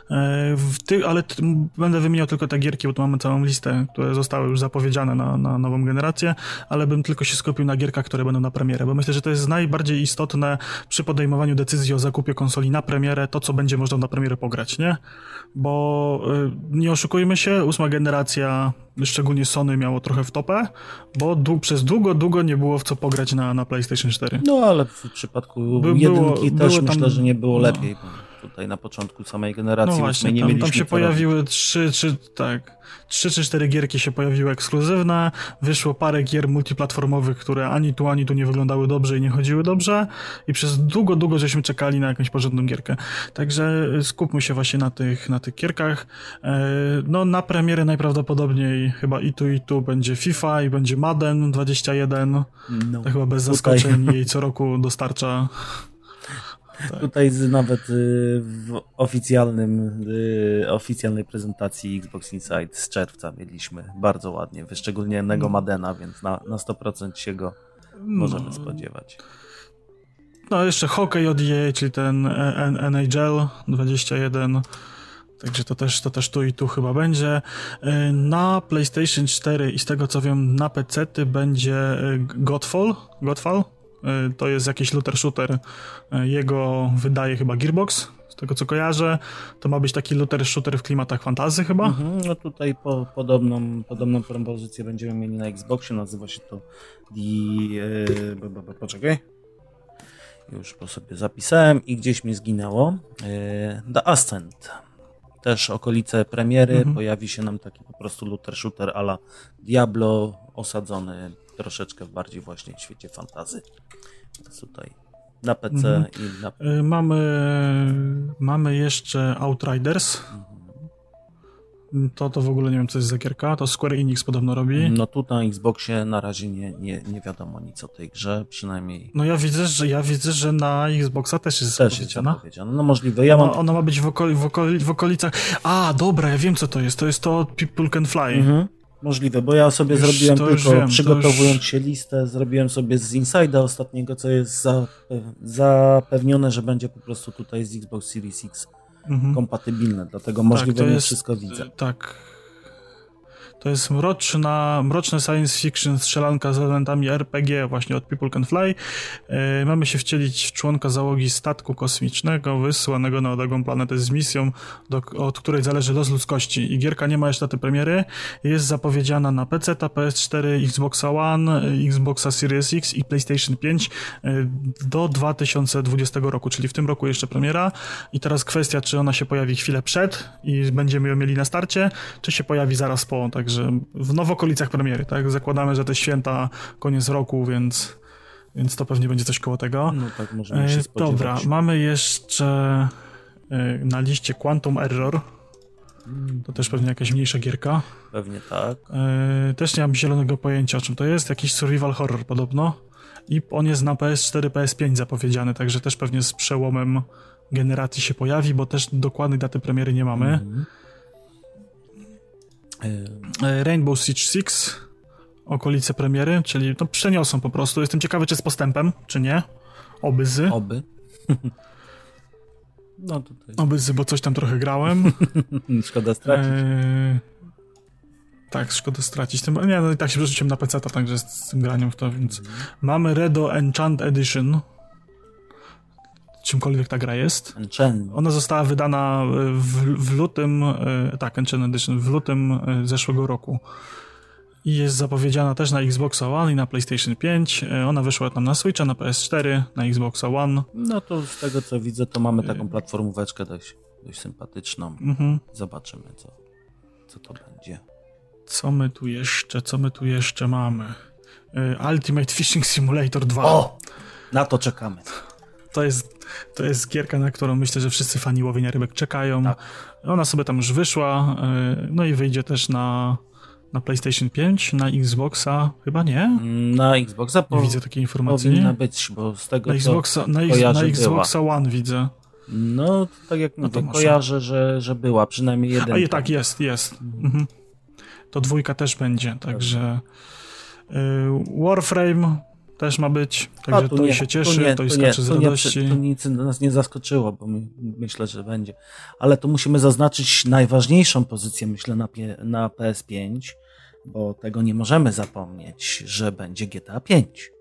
S1: Będę wymieniał tylko te gierki, bo tu mamy całą listę, które zostały już zapowiedziane na nową generację, ale bym tylko się skupił na gierkach, które będą na premierę, bo myślę, że to jest najbardziej istotne przy podejmowaniu decyzji o zakupie konsoli na premierę, to co będzie można na premierę pograć, nie? Bo nie oszukujmy się, 8 generacja, szczególnie Sony miało trochę w topę, bo przez długo nie było w co pograć na PlayStation 4.
S2: No ale w przypadku jedynki też myślę, że nie było lepiej. Tutaj na początku samej generacji.
S1: No właśnie, tam się pojawiły 3 czy 4 gierki się pojawiły ekskluzywne, wyszło parę gier multiplatformowych, które ani tu nie wyglądały dobrze i nie chodziły dobrze i przez długo żeśmy czekali na jakąś porządną gierkę. Także skupmy się właśnie na tych gierkach. No na premierę najprawdopodobniej chyba i tu będzie FIFA i będzie Madden 21. No, to chyba bez zaskoczeń jej co roku dostarcza. Tak.
S2: Tutaj nawet w oficjalnej prezentacji Xbox Inside z czerwca mieliśmy bardzo ładnie wyszczególnionego Maddena, więc na 100% się go możemy spodziewać.
S1: No jeszcze hokej od EA, czyli ten NHL 21, także to też tu chyba będzie. Na PlayStation 4 i z tego co wiem na PC-ty będzie Godfall. To jest jakiś looter shooter, jego wydaje chyba Gearbox, z tego co kojarzę. To ma być taki looter shooter w klimatach fantasy chyba.
S2: No tutaj podobną propozycję będziemy mieli na Xboxie, nazywa się to poczekaj. Już po sobie zapisałem i gdzieś mi zginęło. The Ascent. Też okolice premiery, pojawi się nam taki po prostu looter shooter a la Diablo, osadzony troszeczkę bardziej właśnie w świecie fantasy. Więc tutaj na PC i na...
S1: Mamy jeszcze Outriders. To w ogóle nie wiem, co jest za gierka. To Square Enix podobno robi.
S2: No tu na Xboxie na razie nie wiadomo nic o tej grze, przynajmniej...
S1: No ja widzę, że na Xboxa też jest zapowiedziana.
S2: No możliwe.
S1: Ona ma być w okolicach... A, dobra, ja wiem, co to jest. To jest to People Can Fly.
S2: Możliwe, bo ja sobie zrobiłem przygotowując się listę, zrobiłem sobie z Inside'a ostatniego, co jest zapewnione, że będzie po prostu tutaj z Xbox Series X kompatybilne, dlatego możliwe nie wszystko widzę.
S1: Tak. To jest mroczne science fiction strzelanka z elementami RPG właśnie od People Can Fly. Mamy się wcielić w członka załogi statku kosmicznego wysłanego na odległą planetę z misją, od której zależy los ludzkości. I gierka nie ma jeszcze daty premiery. Jest zapowiedziana na PC, PS4, Xboxa One, Xboxa Series X i PlayStation 5 do 2020 roku, czyli w tym roku jeszcze premiera. I teraz kwestia, czy ona się pojawi chwilę przed i będziemy ją mieli na starcie, czy się pojawi zaraz po, także w okolicach premiery, tak? Zakładamy, że te święta, koniec roku, więc to pewnie będzie coś koło tego.
S2: No tak, możemy się spodziewać.
S1: Dobra, mamy jeszcze na liście Quantum Error. To też pewnie jakaś mniejsza gierka.
S2: Pewnie tak.
S1: Też nie mam zielonego pojęcia, o czym to jest. Jakiś survival horror podobno. I on jest na PS4, PS5 zapowiedziany, także też pewnie z przełomem generacji się pojawi, bo też dokładnej daty premiery nie mamy. Rainbow Siege 6, okolice premiery, czyli to przeniosą po prostu. Jestem ciekawy, czy z postępem, czy nie. Oby.
S2: No tutaj.
S1: Oby, bo coś tam trochę grałem.
S2: Szkoda stracić.
S1: Tak, szkoda stracić. Nie, no i tak się przerzuciłem na PC-ta, także z tym graniem w to, więc mamy Redo Enchant Edition. Czymkolwiek ta gra jest.
S2: Enchant.
S1: Ona została wydana w lutym, Enchant Edition, w lutym zeszłego roku. I jest zapowiedziana też na Xboxa One i na PlayStation 5. Ona wyszła tam na Switcha, na PS4, na Xboxa One.
S2: No to z tego co widzę, to mamy taką platformóweczkę dość sympatyczną. Zobaczymy, co to będzie.
S1: Co my tu jeszcze mamy? Ultimate Fishing Simulator 2.
S2: O! Na to czekamy.
S1: To jest gierka, na którą myślę, że wszyscy fani łowienia rybek czekają. Tak. Ona sobie tam już wyszła, no i wyjdzie też na PlayStation 5, na Xboxa chyba nie?
S2: Na Xboxa
S1: nie widzę takiej informacji.
S2: Powinna być, bo z tego
S1: na Xboxa One widzę.
S2: No, tak jak mówię, kojarzę, że była, przynajmniej jeden.
S1: A tak, jest. To 2 też będzie, także Warframe też ma być, także to się cieszy, to i skacze z radości.
S2: Tu nic nas nie zaskoczyło, bo myślę, że będzie. Ale tu musimy zaznaczyć najważniejszą pozycję, myślę, na PS5, bo tego nie możemy zapomnieć, że będzie GTA 5.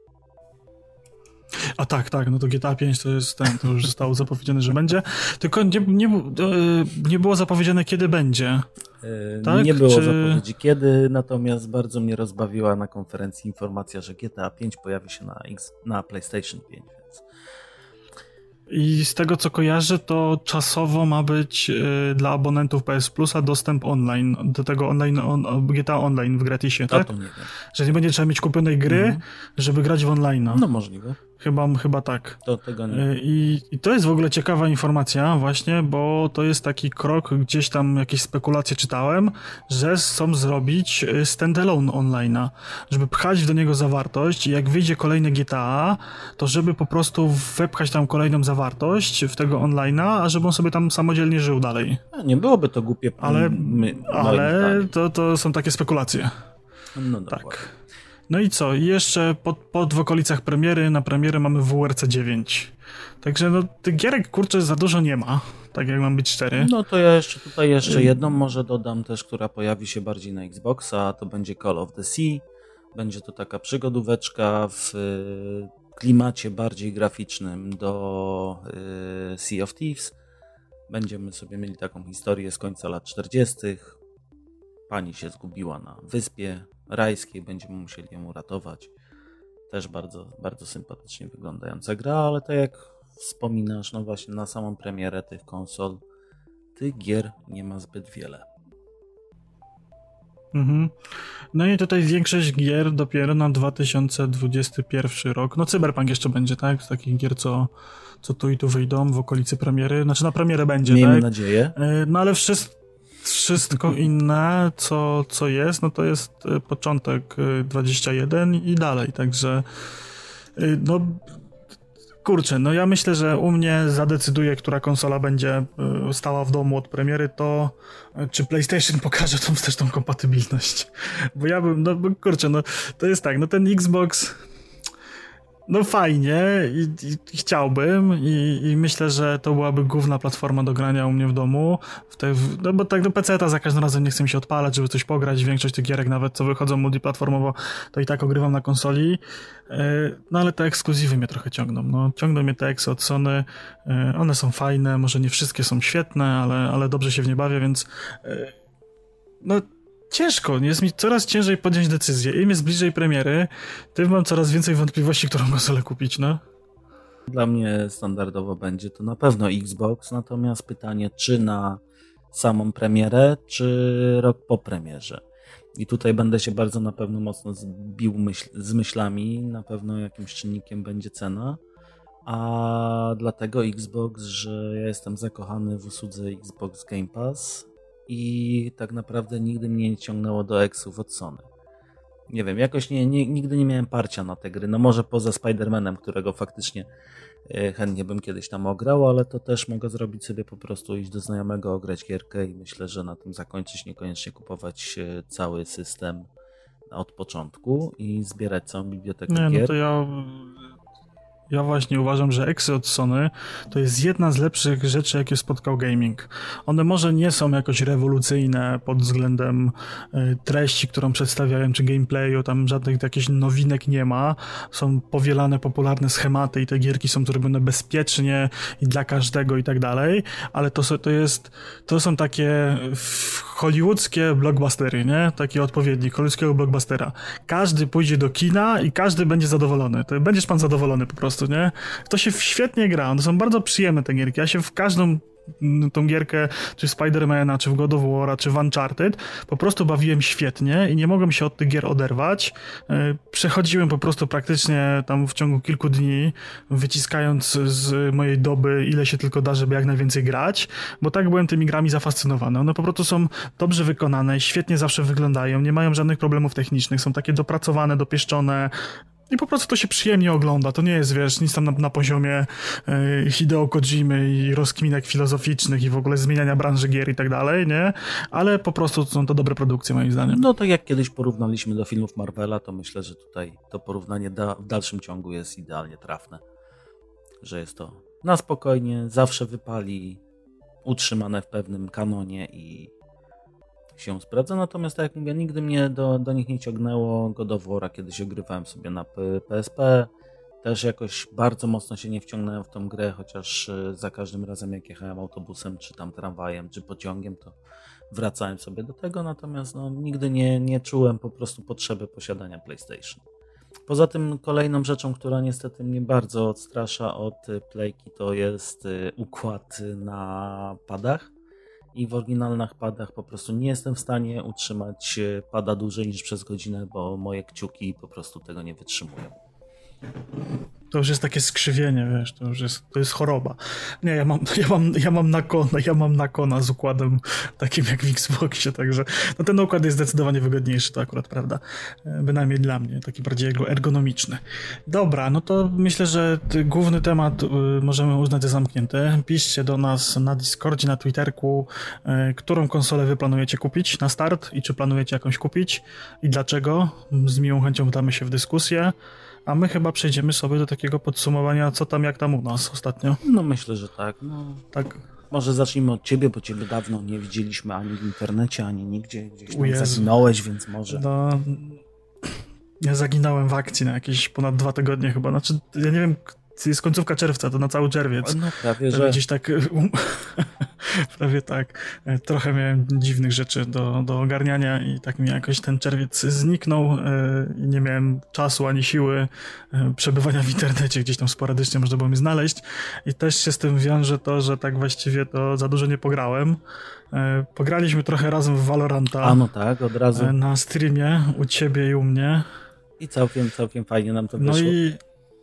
S1: A tak, no to GTA 5 to jest to już zostało zapowiedziane, że będzie, tylko nie było zapowiedziane, kiedy będzie. Tak?
S2: Nie było zapowiedzi kiedy, natomiast bardzo mnie rozbawiła na konferencji informacja, że GTA 5 pojawi się na PlayStation 5, więc...
S1: I z tego, co kojarzę, to czasowo ma być dla abonentów PS Plusa dostęp online, do tego GTA Online w gratisie, tak?
S2: To nie wiem.
S1: Że nie będzie trzeba mieć kupionej gry, żeby grać w online'a.
S2: No możliwe.
S1: Chyba tak.
S2: To tego nie.
S1: I to jest w ogóle ciekawa informacja właśnie, bo to jest taki krok, gdzieś tam jakieś spekulacje czytałem, że chcą zrobić standalone online'a, żeby pchać do niego zawartość i jak wyjdzie kolejne GTA, to żeby po prostu wepchać tam kolejną zawartość w tego online'a, a żeby on sobie tam samodzielnie żył dalej.
S2: Nie byłoby to głupie.
S1: Ale to są takie spekulacje.
S2: No
S1: tak. No i co? I jeszcze w okolicach premiery, na premierę mamy WRC 9. Także no tych gierek, kurczę, za dużo nie ma, tak jak mam być szczery.
S2: No to ja jeszcze jedną może dodam też, która pojawi się bardziej na Xboxa, to będzie Call of the Sea. Będzie to taka przygodóweczka w klimacie bardziej graficznym do Sea of Thieves. Będziemy sobie mieli taką historię z końca lat 40. Pani się zgubiła na wyspie rajskiej, będziemy musieli ją uratować. Też bardzo, bardzo sympatycznie wyglądająca gra, ale tak jak wspominasz, no właśnie na samą premierę tych konsol, tych gier nie ma zbyt wiele.
S1: No i tutaj większość gier dopiero na 2021 rok. No Cyberpunk jeszcze będzie, tak? Z takich gier, co tu i tu wyjdą w okolicy premiery. Znaczy na premierę będzie,
S2: miejmy
S1: tak?
S2: nadzieję.
S1: No ale wszystko inne, co jest, no to jest początek 21 i dalej, także no kurczę, no ja myślę, że u mnie zadecyduje, która konsola będzie stała w domu od premiery, to czy PlayStation pokaże tą wsteczną kompatybilność, bo ja bym, no kurczę, no to jest tak, no ten Xbox... No fajnie i chciałbym i myślę, że to byłaby główna platforma do grania u mnie w domu. No bo tak do PC-ta za każdym razem nie chcę mi się odpalać, żeby coś pograć. Większość tych gierek nawet co wychodzą multiplatformowo, to i tak ogrywam na konsoli. No ale te ekskluzywy mnie trochę ciągną. No, ciągną mnie te eksy od Sony. One są fajne, może nie wszystkie są świetne, ale dobrze się w nie bawię, więc no ciężko, jest mi coraz ciężej podjąć decyzję. Im jest bliżej premiery, tym mam coraz więcej wątpliwości, którą konsolę kupić, no.
S2: Dla mnie standardowo będzie to na pewno Xbox, natomiast pytanie, czy na samą premierę, czy rok po premierze. I tutaj będę się bardzo na pewno mocno zbił z myślami, na pewno jakimś czynnikiem będzie cena, a dlatego Xbox, że ja jestem zakochany w usłudze Xbox Game Pass, i tak naprawdę nigdy mnie nie ciągnęło do eksów od Sony. Nie wiem, jakoś nigdy nie miałem parcia na te gry. No może poza Spider-Manem, którego faktycznie chętnie bym kiedyś tam ograł, ale to też mogę zrobić sobie po prostu iść do znajomego, ograć gierkę i myślę, że na tym zakończyć, niekoniecznie kupować cały system od początku i zbierać całą bibliotekę gier.
S1: No to ja właśnie uważam, że eksy od Sony to jest jedna z lepszych rzeczy, jakie spotkał gaming. One może nie są jakoś rewolucyjne pod względem treści, którą przedstawiają, czy gameplayu, tam żadnych jakichś nowinek nie ma. Są powielane popularne schematy i te gierki są zrobione bezpiecznie i dla każdego i tak dalej, ale to są takie hollywoodzkie blockbustery, nie? Taki odpowiednik hollywoodzkiego blockbustera. Każdy pójdzie do kina i każdy będzie zadowolony. To będziesz pan zadowolony po prostu, nie? To się świetnie gra, one są bardzo przyjemne te gierki. Ja się w każdą tą gierkę, czy w Spidermana, czy w God of War'a, czy w Uncharted, po prostu bawiłem świetnie i nie mogłem się od tych gier oderwać. Przechodziłem po prostu praktycznie tam w ciągu kilku dni, wyciskając z mojej doby ile się tylko da, żeby jak najwięcej grać, bo tak byłem tymi grami zafascynowany. One po prostu są dobrze wykonane, świetnie zawsze wyglądają, nie mają żadnych problemów technicznych, są takie dopracowane, dopieszczone. I po prostu to się przyjemnie ogląda. To nie jest, wiesz, nic tam na poziomie Hideo Kojimy i rozkminek filozoficznych i w ogóle zmieniania branży gier i tak dalej, nie? Ale po prostu są to dobre produkcje, moim zdaniem.
S2: No tak jak kiedyś porównaliśmy do filmów Marvela, to myślę, że tutaj to porównanie w dalszym ciągu jest idealnie trafne. Że jest to na spokojnie, zawsze wypali, utrzymane w pewnym kanonie i się sprawdza. Natomiast tak jak mówię, nigdy mnie do nich nie ciągnęło. God of War'a kiedyś ogrywałem sobie na PSP. Też jakoś bardzo mocno się nie wciągnąłem w tą grę, chociaż za każdym razem jak jechałem autobusem, czy tam tramwajem, czy pociągiem, to wracałem sobie do tego. Natomiast no, nigdy nie czułem po prostu potrzeby posiadania PlayStation. Poza tym kolejną rzeczą, która niestety mnie bardzo odstrasza od Playki, to jest układ na padach. I w oryginalnych padach po prostu nie jestem w stanie utrzymać pada dłużej niż przez godzinę, bo moje kciuki po prostu tego nie wytrzymują.
S1: To już jest takie skrzywienie, wiesz, to jest choroba. Nie, ja mam Nakona z układem takim jak w Xboxie, także no ten układ jest zdecydowanie wygodniejszy, to akurat prawda. Bynajmniej dla mnie, taki bardziej ergonomiczny. Dobra, no to myślę, że główny temat możemy uznać za zamknięty. Piszcie do nas na Discordzie, na Twitterku, którą konsolę wy planujecie kupić na start i czy planujecie jakąś kupić i dlaczego. Z miłą chęcią wdamy się w dyskusję. A my chyba przejdziemy sobie do takiego podsumowania, co tam, jak tam u nas ostatnio.
S2: No myślę, że tak. No,
S1: tak.
S2: Może zacznijmy od ciebie, bo ciebie dawno nie widzieliśmy ani w internecie, ani nigdzie. Gdzieś tam zaginąłeś, więc może...
S1: No, ja zaginąłem w akcji na jakieś ponad 2 tygodnie chyba. Znaczy, ja nie wiem, jest końcówka czerwca, to na cały czerwiec.
S2: No prawie, że...
S1: Gdzieś tak... Prawie tak. Trochę miałem dziwnych rzeczy do ogarniania i tak mi jakoś ten czerwiec zniknął i nie miałem czasu ani siły przebywania w internecie, gdzieś tam sporadycznie można było mnie znaleźć i też się z tym wiąże to, że tak właściwie to za dużo nie pograłem. Pograliśmy trochę razem w Valoranta.
S2: A no tak, od razu.
S1: Na streamie u ciebie i u mnie.
S2: I całkiem fajnie nam to wyszło.
S1: No i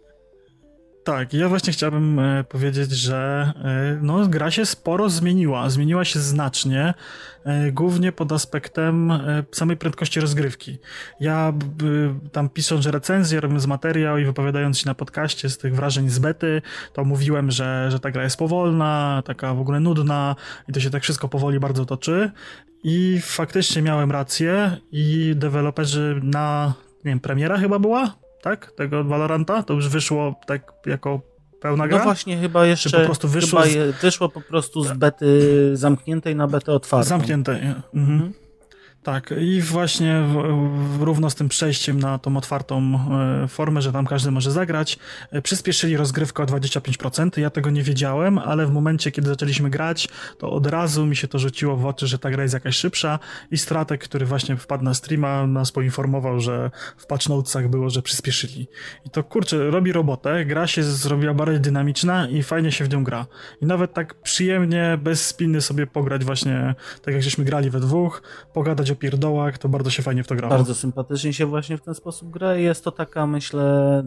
S1: tak, ja właśnie chciałbym powiedzieć, że no, gra się sporo zmieniła się znacznie, głównie pod aspektem samej prędkości rozgrywki. Ja tam pisząc recenzję, robiąc materiał i wypowiadając się na podcaście z tych wrażeń z bety, to mówiłem, że ta gra jest powolna, taka w ogóle nudna i to się tak wszystko powoli bardzo toczy i faktycznie miałem rację i deweloperzy na, nie wiem, premiera chyba była? Tak? Tego Valoranta? To już wyszło tak jako pełna gra?
S2: No właśnie, chyba jeszcze
S1: po prostu
S2: wyszło po prostu z bety zamkniętej na betę otwartą.
S1: Zamkniętej. Mhm. Tak, i właśnie równo z tym przejściem na tą otwartą formę, że tam każdy może zagrać, przyspieszyli rozgrywkę o 25%. Ja tego nie wiedziałem, ale w momencie, kiedy zaczęliśmy grać, to od razu mi się to rzuciło w oczy, że ta gra jest jakaś szybsza i Stratek, który właśnie wpadł na streama, nas poinformował, że w patch notesach było, że przyspieszyli. I to kurczę, robi robotę, gra się zrobiła bardziej dynamiczna i fajnie się w nią gra. I nawet tak przyjemnie, bez spiny sobie pograć właśnie, tak jak żeśmy grali we dwóch, pogadać o pierdołach, to bardzo się fajnie w to grało.
S2: Bardzo sympatycznie się właśnie w ten sposób gra i jest to taka, myślę,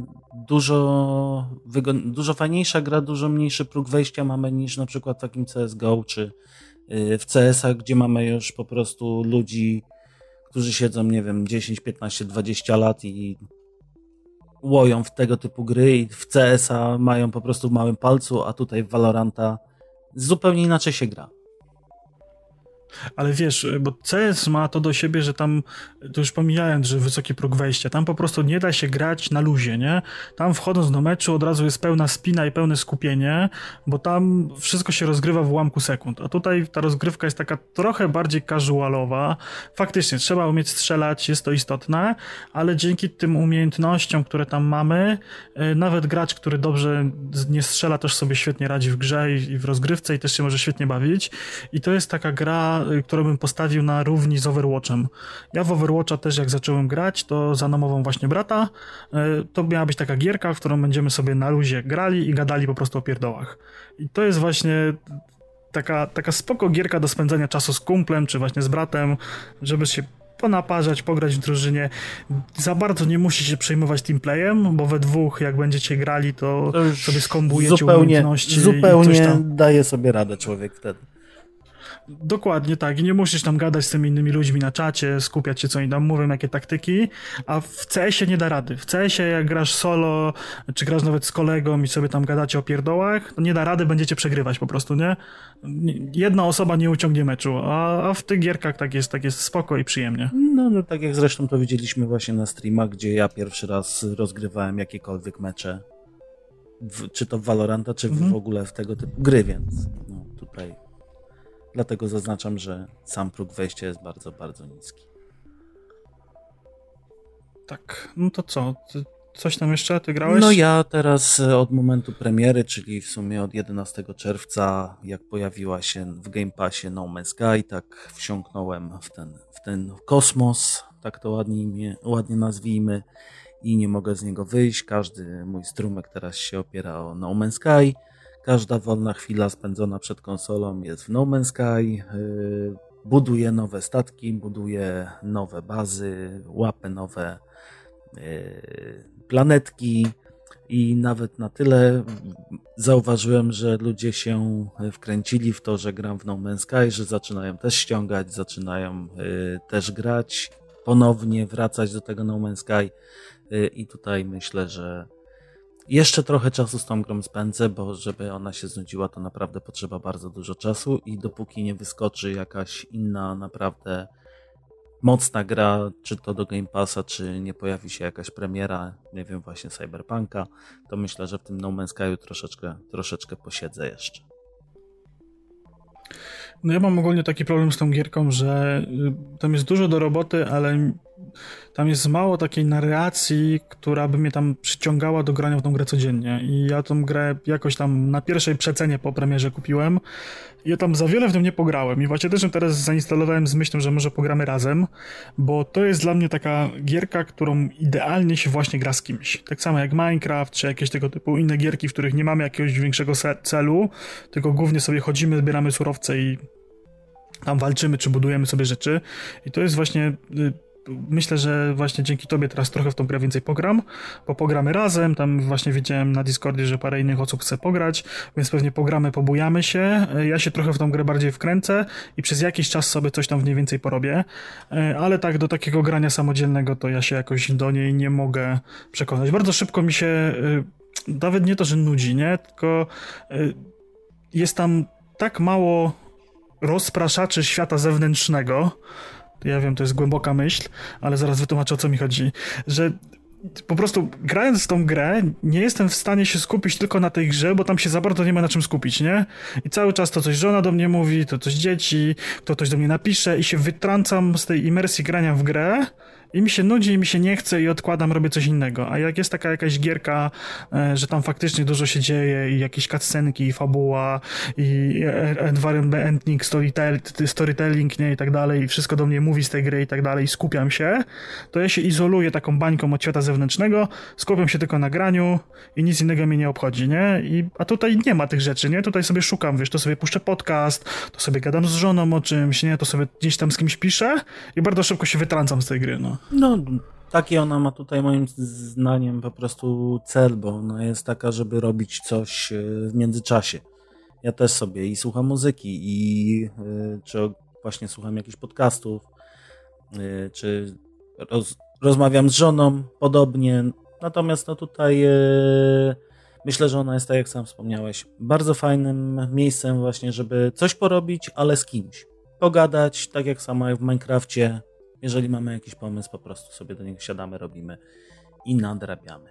S2: dużo fajniejsza gra, dużo mniejszy próg wejścia mamy niż na przykład w takim CSGO czy w CS-ach, gdzie mamy już po prostu ludzi, którzy siedzą, nie wiem, 10, 15, 20 lat i łoją w tego typu gry i w CS-a mają po prostu w małym palcu, a tutaj w Valoranta zupełnie inaczej się gra.
S1: Ale wiesz, bo CS ma to do siebie, że tam, to już pomijając, że wysoki próg wejścia, tam po prostu nie da się grać na luzie, nie? Tam wchodząc do meczu od razu jest pełna spina i pełne skupienie, bo tam wszystko się rozgrywa w ułamku sekund, a tutaj ta rozgrywka jest taka trochę bardziej casualowa. Faktycznie, trzeba umieć strzelać, jest to istotne, ale dzięki tym umiejętnościom, które tam mamy, nawet gracz, który dobrze nie strzela, też sobie świetnie radzi w grze i w rozgrywce i też się może świetnie bawić. I to jest taka gra, którą bym postawił na równi z Overwatchem. Ja w Overwatcha też jak zacząłem grać, to za namową właśnie brata, to miała być taka gierka, w którą będziemy sobie na luzie grali i gadali po prostu o pierdołach. I to jest właśnie taka spoko gierka do spędzania czasu z kumplem, czy właśnie z bratem, żeby się ponaparzać, pograć w drużynie. Za bardzo nie musicie się przejmować teamplayem, bo we dwóch jak będziecie grali, to sobie skombujecie umiejętności.
S2: Zupełnie daje sobie radę człowiek wtedy.
S1: Dokładnie tak. I nie musisz tam gadać z tymi innymi ludźmi na czacie, skupiać się, co oni tam mówią, jakie taktyki, a w CS-ie nie da rady. W CS-ie jak grasz solo, czy grasz nawet z kolegą i sobie tam gadacie o pierdołach, to nie da rady, będziecie przegrywać po prostu, nie? Jedna osoba nie uciągnie meczu, a w tych gierkach tak jest spoko i przyjemnie.
S2: No tak jak zresztą to widzieliśmy właśnie na streamach, gdzie ja pierwszy raz rozgrywałem jakiekolwiek mecze, czy to w Valoranta, czy w ogóle w tego typu gry, więc no tutaj dlatego zaznaczam, że sam próg wejścia jest bardzo, bardzo niski.
S1: Tak, no to co? Coś tam jeszcze? Ty grałeś?
S2: No ja teraz od momentu premiery, czyli w sumie od 11 czerwca, jak pojawiła się w Game Passie No Man's Sky, tak wsiąknąłem w ten kosmos, tak to ładnie nazwijmy, i nie mogę z niego wyjść. Każdy mój strumyk teraz się opiera o No Man's Sky. Każda wolna chwila spędzona przed konsolą jest w No Man's Sky. Buduję nowe statki, buduję nowe bazy, łapę nowe planetki i nawet na tyle zauważyłem, że ludzie się wkręcili w to, że gram w No Man's Sky, że zaczynają też ściągać, zaczynają też grać, ponownie wracać do tego No Man's Sky i tutaj myślę, że jeszcze trochę czasu z tą grą spędzę, bo żeby ona się znudziła, to naprawdę potrzeba bardzo dużo czasu i dopóki nie wyskoczy jakaś inna naprawdę mocna gra, czy to do Game Passa, czy nie pojawi się jakaś premiera, nie wiem, właśnie Cyberpunka, to myślę, że w tym No Man's Sky'u troszeczkę posiedzę jeszcze.
S1: No ja mam ogólnie taki problem z tą gierką, że tam jest dużo do roboty, ale tam jest mało takiej narracji, która by mnie tam przyciągała do grania w tą grę codziennie. I ja tą grę jakoś tam na pierwszej przecenie po premierze kupiłem i ja tam za wiele w tym nie pograłem. I właśnie też ją teraz zainstalowałem z myślą, że może pogramy razem, bo to jest dla mnie taka gierka, którą idealnie się właśnie gra z kimś. Tak samo jak Minecraft, czy jakieś tego typu inne gierki, w których nie mamy jakiegoś większego celu, tylko głównie sobie chodzimy, zbieramy surowce i tam walczymy, czy budujemy sobie rzeczy. I to jest właśnie... Myślę, że właśnie dzięki tobie teraz trochę w tą grę więcej pogram, bo pogramy razem, tam właśnie widziałem na Discordzie, że parę innych osób chce pograć, więc pewnie pogramy, pobujamy się, ja się trochę w tą grę bardziej wkręcę i przez jakiś czas sobie coś tam w niej więcej porobię, ale tak do takiego grania samodzielnego to ja się jakoś do niej nie mogę przekonać. Bardzo szybko mi się, nawet nie to, że nudzi, nie, tylko jest tam tak mało rozpraszaczy świata zewnętrznego. Ja wiem, to jest głęboka myśl, ale zaraz wytłumaczę, o co mi chodzi, że po prostu grając w tą grę nie jestem w stanie się skupić tylko na tej grze, bo tam się za bardzo nie ma na czym skupić, nie? I cały czas to coś żona do mnie mówi, to coś dzieci, to coś do mnie napisze i się wytrącam z tej imersji grania w grę i mi się nudzi, i mi się nie chce i odkładam, robię coś innego. A jak jest taka jakaś gierka, że tam faktycznie dużo się dzieje i jakieś cutscenki, i fabuła, i environment, storytelling, nie, i tak dalej, i wszystko do mnie mówi z tej gry i tak dalej, i skupiam się, to ja się izoluję taką bańką od świata zewnętrznego, skupiam się tylko na graniu i nic innego mnie nie obchodzi, nie? A tutaj nie ma tych rzeczy, nie? Tutaj sobie szukam, wiesz, to sobie puszczę podcast, to sobie gadam z żoną o czymś, nie? To sobie gdzieś tam z kimś piszę i bardzo szybko się wytrącam z tej gry, no.
S2: No, taki ona ma tutaj moim zdaniem po prostu cel, bo ona jest taka, żeby robić coś w międzyczasie. Ja też sobie i słucham muzyki, i czy właśnie słucham jakichś podcastów, czy rozmawiam z żoną, podobnie. Natomiast no tutaj myślę, że ona jest, tak jak sam wspomniałeś, bardzo fajnym miejscem właśnie, żeby coś porobić, ale z kimś. Pogadać, tak jak samo jak w Minecrafcie. Jeżeli mamy jakiś pomysł, po prostu sobie do niego siadamy, robimy i nadrabiamy.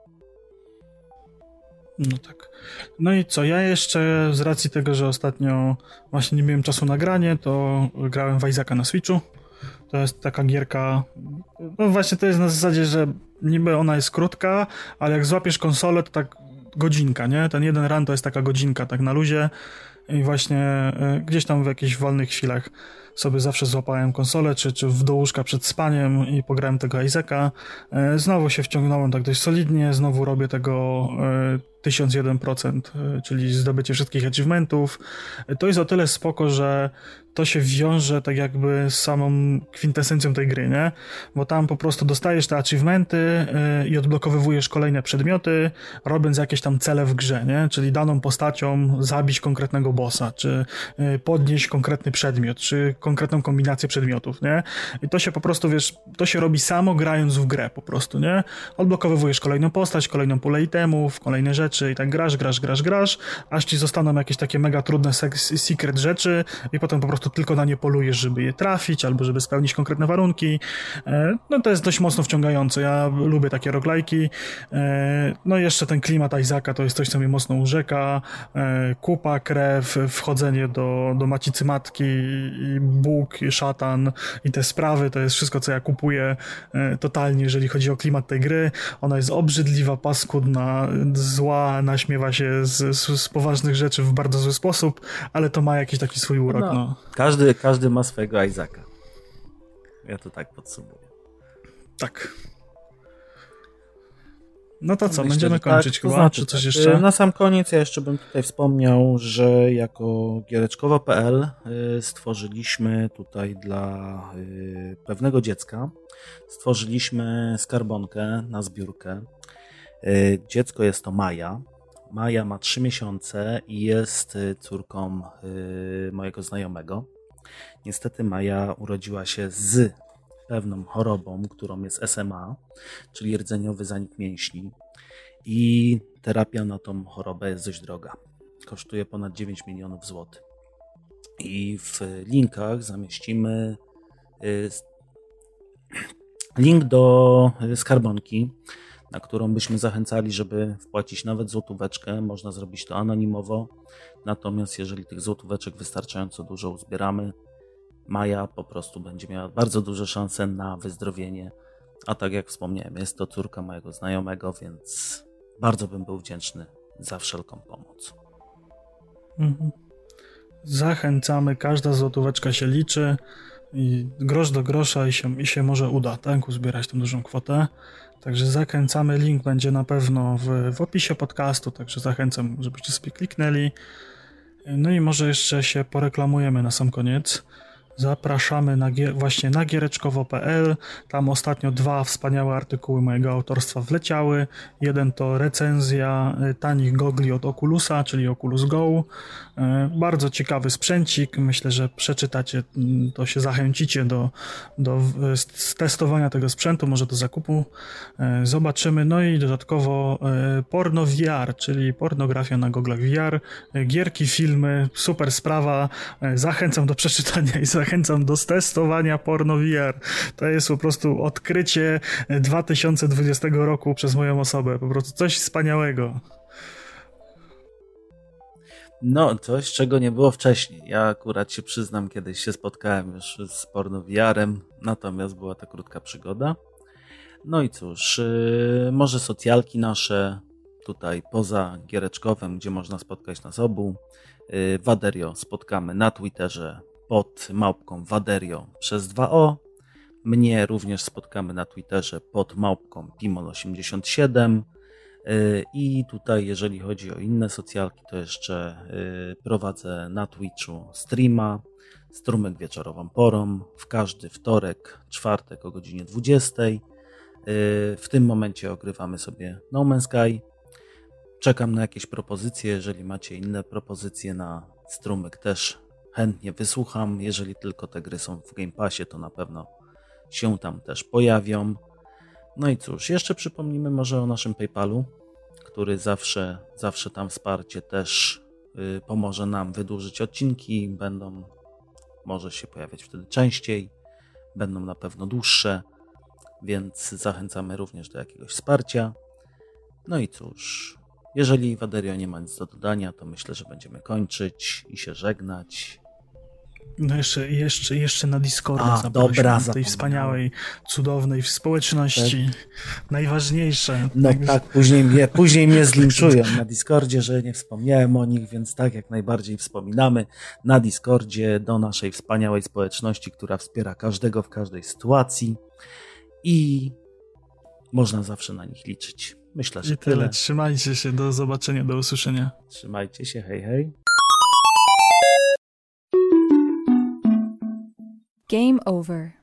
S1: No tak. No i co, ja jeszcze z racji tego, że ostatnio właśnie nie miałem czasu na granie, to grałem w Isaaca na Switchu. To jest taka gierka, no właśnie to jest na zasadzie, że niby ona jest krótka, ale jak złapiesz konsolę, to tak godzinka, nie? Ten jeden run to jest taka godzinka, tak na luzie. I właśnie gdzieś tam w jakichś wolnych chwilach sobie zawsze złapałem konsolę, czy do łóżka przed spaniem i pograłem tego Isaaca. Znowu się wciągnąłem tak dość solidnie, znowu robię tego 1001%, czyli zdobycie wszystkich achievementów. To jest o tyle spoko, że to się wiąże tak jakby z samą kwintesencją tej gry, nie? Bo tam po prostu dostajesz te achievementy i odblokowywujesz kolejne przedmioty, robiąc jakieś tam cele w grze, nie? Czyli daną postacią zabić konkretnego bossa, czy podnieść konkretny przedmiot, czy konkretną kombinację przedmiotów, nie? I to się po prostu, wiesz, to się robi samo grając w grę po prostu, nie? Odblokowujesz kolejną postać, kolejną pulę itemów, kolejne rzeczy i tak grasz, aż ci zostaną jakieś takie mega trudne secret rzeczy i potem po prostu tylko na nie polujesz, żeby je trafić, albo żeby spełnić konkretne warunki. No to jest dość mocno wciągające. Ja lubię takie roguelike'i. No i jeszcze ten klimat Isaaca to jest coś, co mnie mocno urzeka. Kupa, krew, wchodzenie do macicy matki, i Bóg, i szatan i te sprawy, to jest wszystko, co ja kupuję totalnie, jeżeli chodzi o klimat tej gry. Ona jest obrzydliwa, paskudna, zła, naśmiewa się z poważnych rzeczy w bardzo zły sposób, ale to ma jakiś taki swój urok. No.
S2: Każdy ma swojego Isaaca. Ja to tak podsumuję.
S1: Tak. No to co,
S2: Myślę,
S1: będziemy kończyć
S2: tak,
S1: chyba, czy coś jeszcze?
S2: Na sam koniec ja jeszcze bym tutaj wspomniał, że jako giereczkowo.pl stworzyliśmy tutaj dla pewnego dziecka, stworzyliśmy skarbonkę na zbiórkę. Dziecko jest to Maja. Maja ma 3 miesiące i jest córką mojego znajomego. Niestety Maja urodziła się z pewną chorobą, którą jest SMA, czyli rdzeniowy zanik mięśni, i terapia na tą chorobę jest dość droga. Kosztuje ponad 9 milionów złotych. I w linkach zamieścimy link do skarbonki, na którą byśmy zachęcali, żeby wpłacić nawet złotóweczkę. Można zrobić to anonimowo, natomiast jeżeli tych złotóweczek wystarczająco dużo uzbieramy, Maja po prostu będzie miała bardzo duże szanse na wyzdrowienie, a tak jak wspomniałem, jest to córka mojego znajomego, więc bardzo bym był wdzięczny za wszelką pomoc.
S1: Zachęcamy, każda złotóweczka się liczy i grosz do grosza i się może uda, tak, uzbierać tą dużą kwotę. Także zachęcamy, link będzie na pewno w opisie podcastu, także zachęcam, żebyście sobie kliknęli. No i może jeszcze się poreklamujemy na sam koniec. Zapraszamy właśnie na giereczkowo.pl. Tam ostatnio 2 wspaniałe artykuły mojego autorstwa wleciały. Jeden to recenzja tanich gogli od Oculusa, czyli Oculus Go. Bardzo ciekawy sprzęcik. Myślę, że przeczytacie, to się zachęcicie do testowania tego sprzętu, może do zakupu. Zobaczymy. No i dodatkowo porno VR, czyli pornografia na goglach VR. Gierki, filmy, super sprawa. Zachęcam do przeczytania i zachęcam do testowania porno VR. To jest po prostu odkrycie 2020 roku przez moją osobę. Po prostu coś wspaniałego.
S2: No, coś, czego nie było wcześniej. Ja akurat się przyznam, kiedyś się spotkałem już z porno VR-em, natomiast była to krótka przygoda. No i cóż, może socjalki nasze tutaj poza giereczkowem, gdzie można spotkać nas obu. Waderio spotkamy na Twitterze pod małpką Waderio przez 2O. Mnie również spotkamy na Twitterze pod małpką Pimon87. I tutaj, jeżeli chodzi o inne socjalki, to jeszcze prowadzę na Twitchu streama Strumyk wieczorową porą w każdy wtorek, czwartek o godzinie 20. W tym momencie ogrywamy sobie No Man's Sky. Czekam na jakieś propozycje. Jeżeli macie inne propozycje na Strumyk, też chętnie wysłucham. Jeżeli tylko te gry są w Game Passie, to na pewno się tam też pojawią. No i cóż, jeszcze przypomnimy może o naszym PayPalu, który zawsze tam wsparcie też pomoże nam wydłużyć odcinki. Może się pojawiać wtedy częściej, będą na pewno dłuższe, więc zachęcamy również do jakiegoś wsparcia. No i cóż, jeżeli Waderio nie ma nic do dodania, to myślę, że będziemy kończyć i się żegnać.
S1: No jeszcze na Discorda zapraszam, tej wspaniałej, cudownej społeczności. Tak. Najważniejsze.
S2: No tak, później mnie zlinczują na Discordzie, że nie wspomniałem o nich, więc tak, jak najbardziej wspominamy na Discordzie do naszej wspaniałej społeczności, która wspiera każdego w każdej sytuacji i można zawsze na nich liczyć. Myślę, że tyle.
S1: Trzymajcie się, do zobaczenia, do usłyszenia.
S2: Trzymajcie się, hej, hej.
S3: Game over.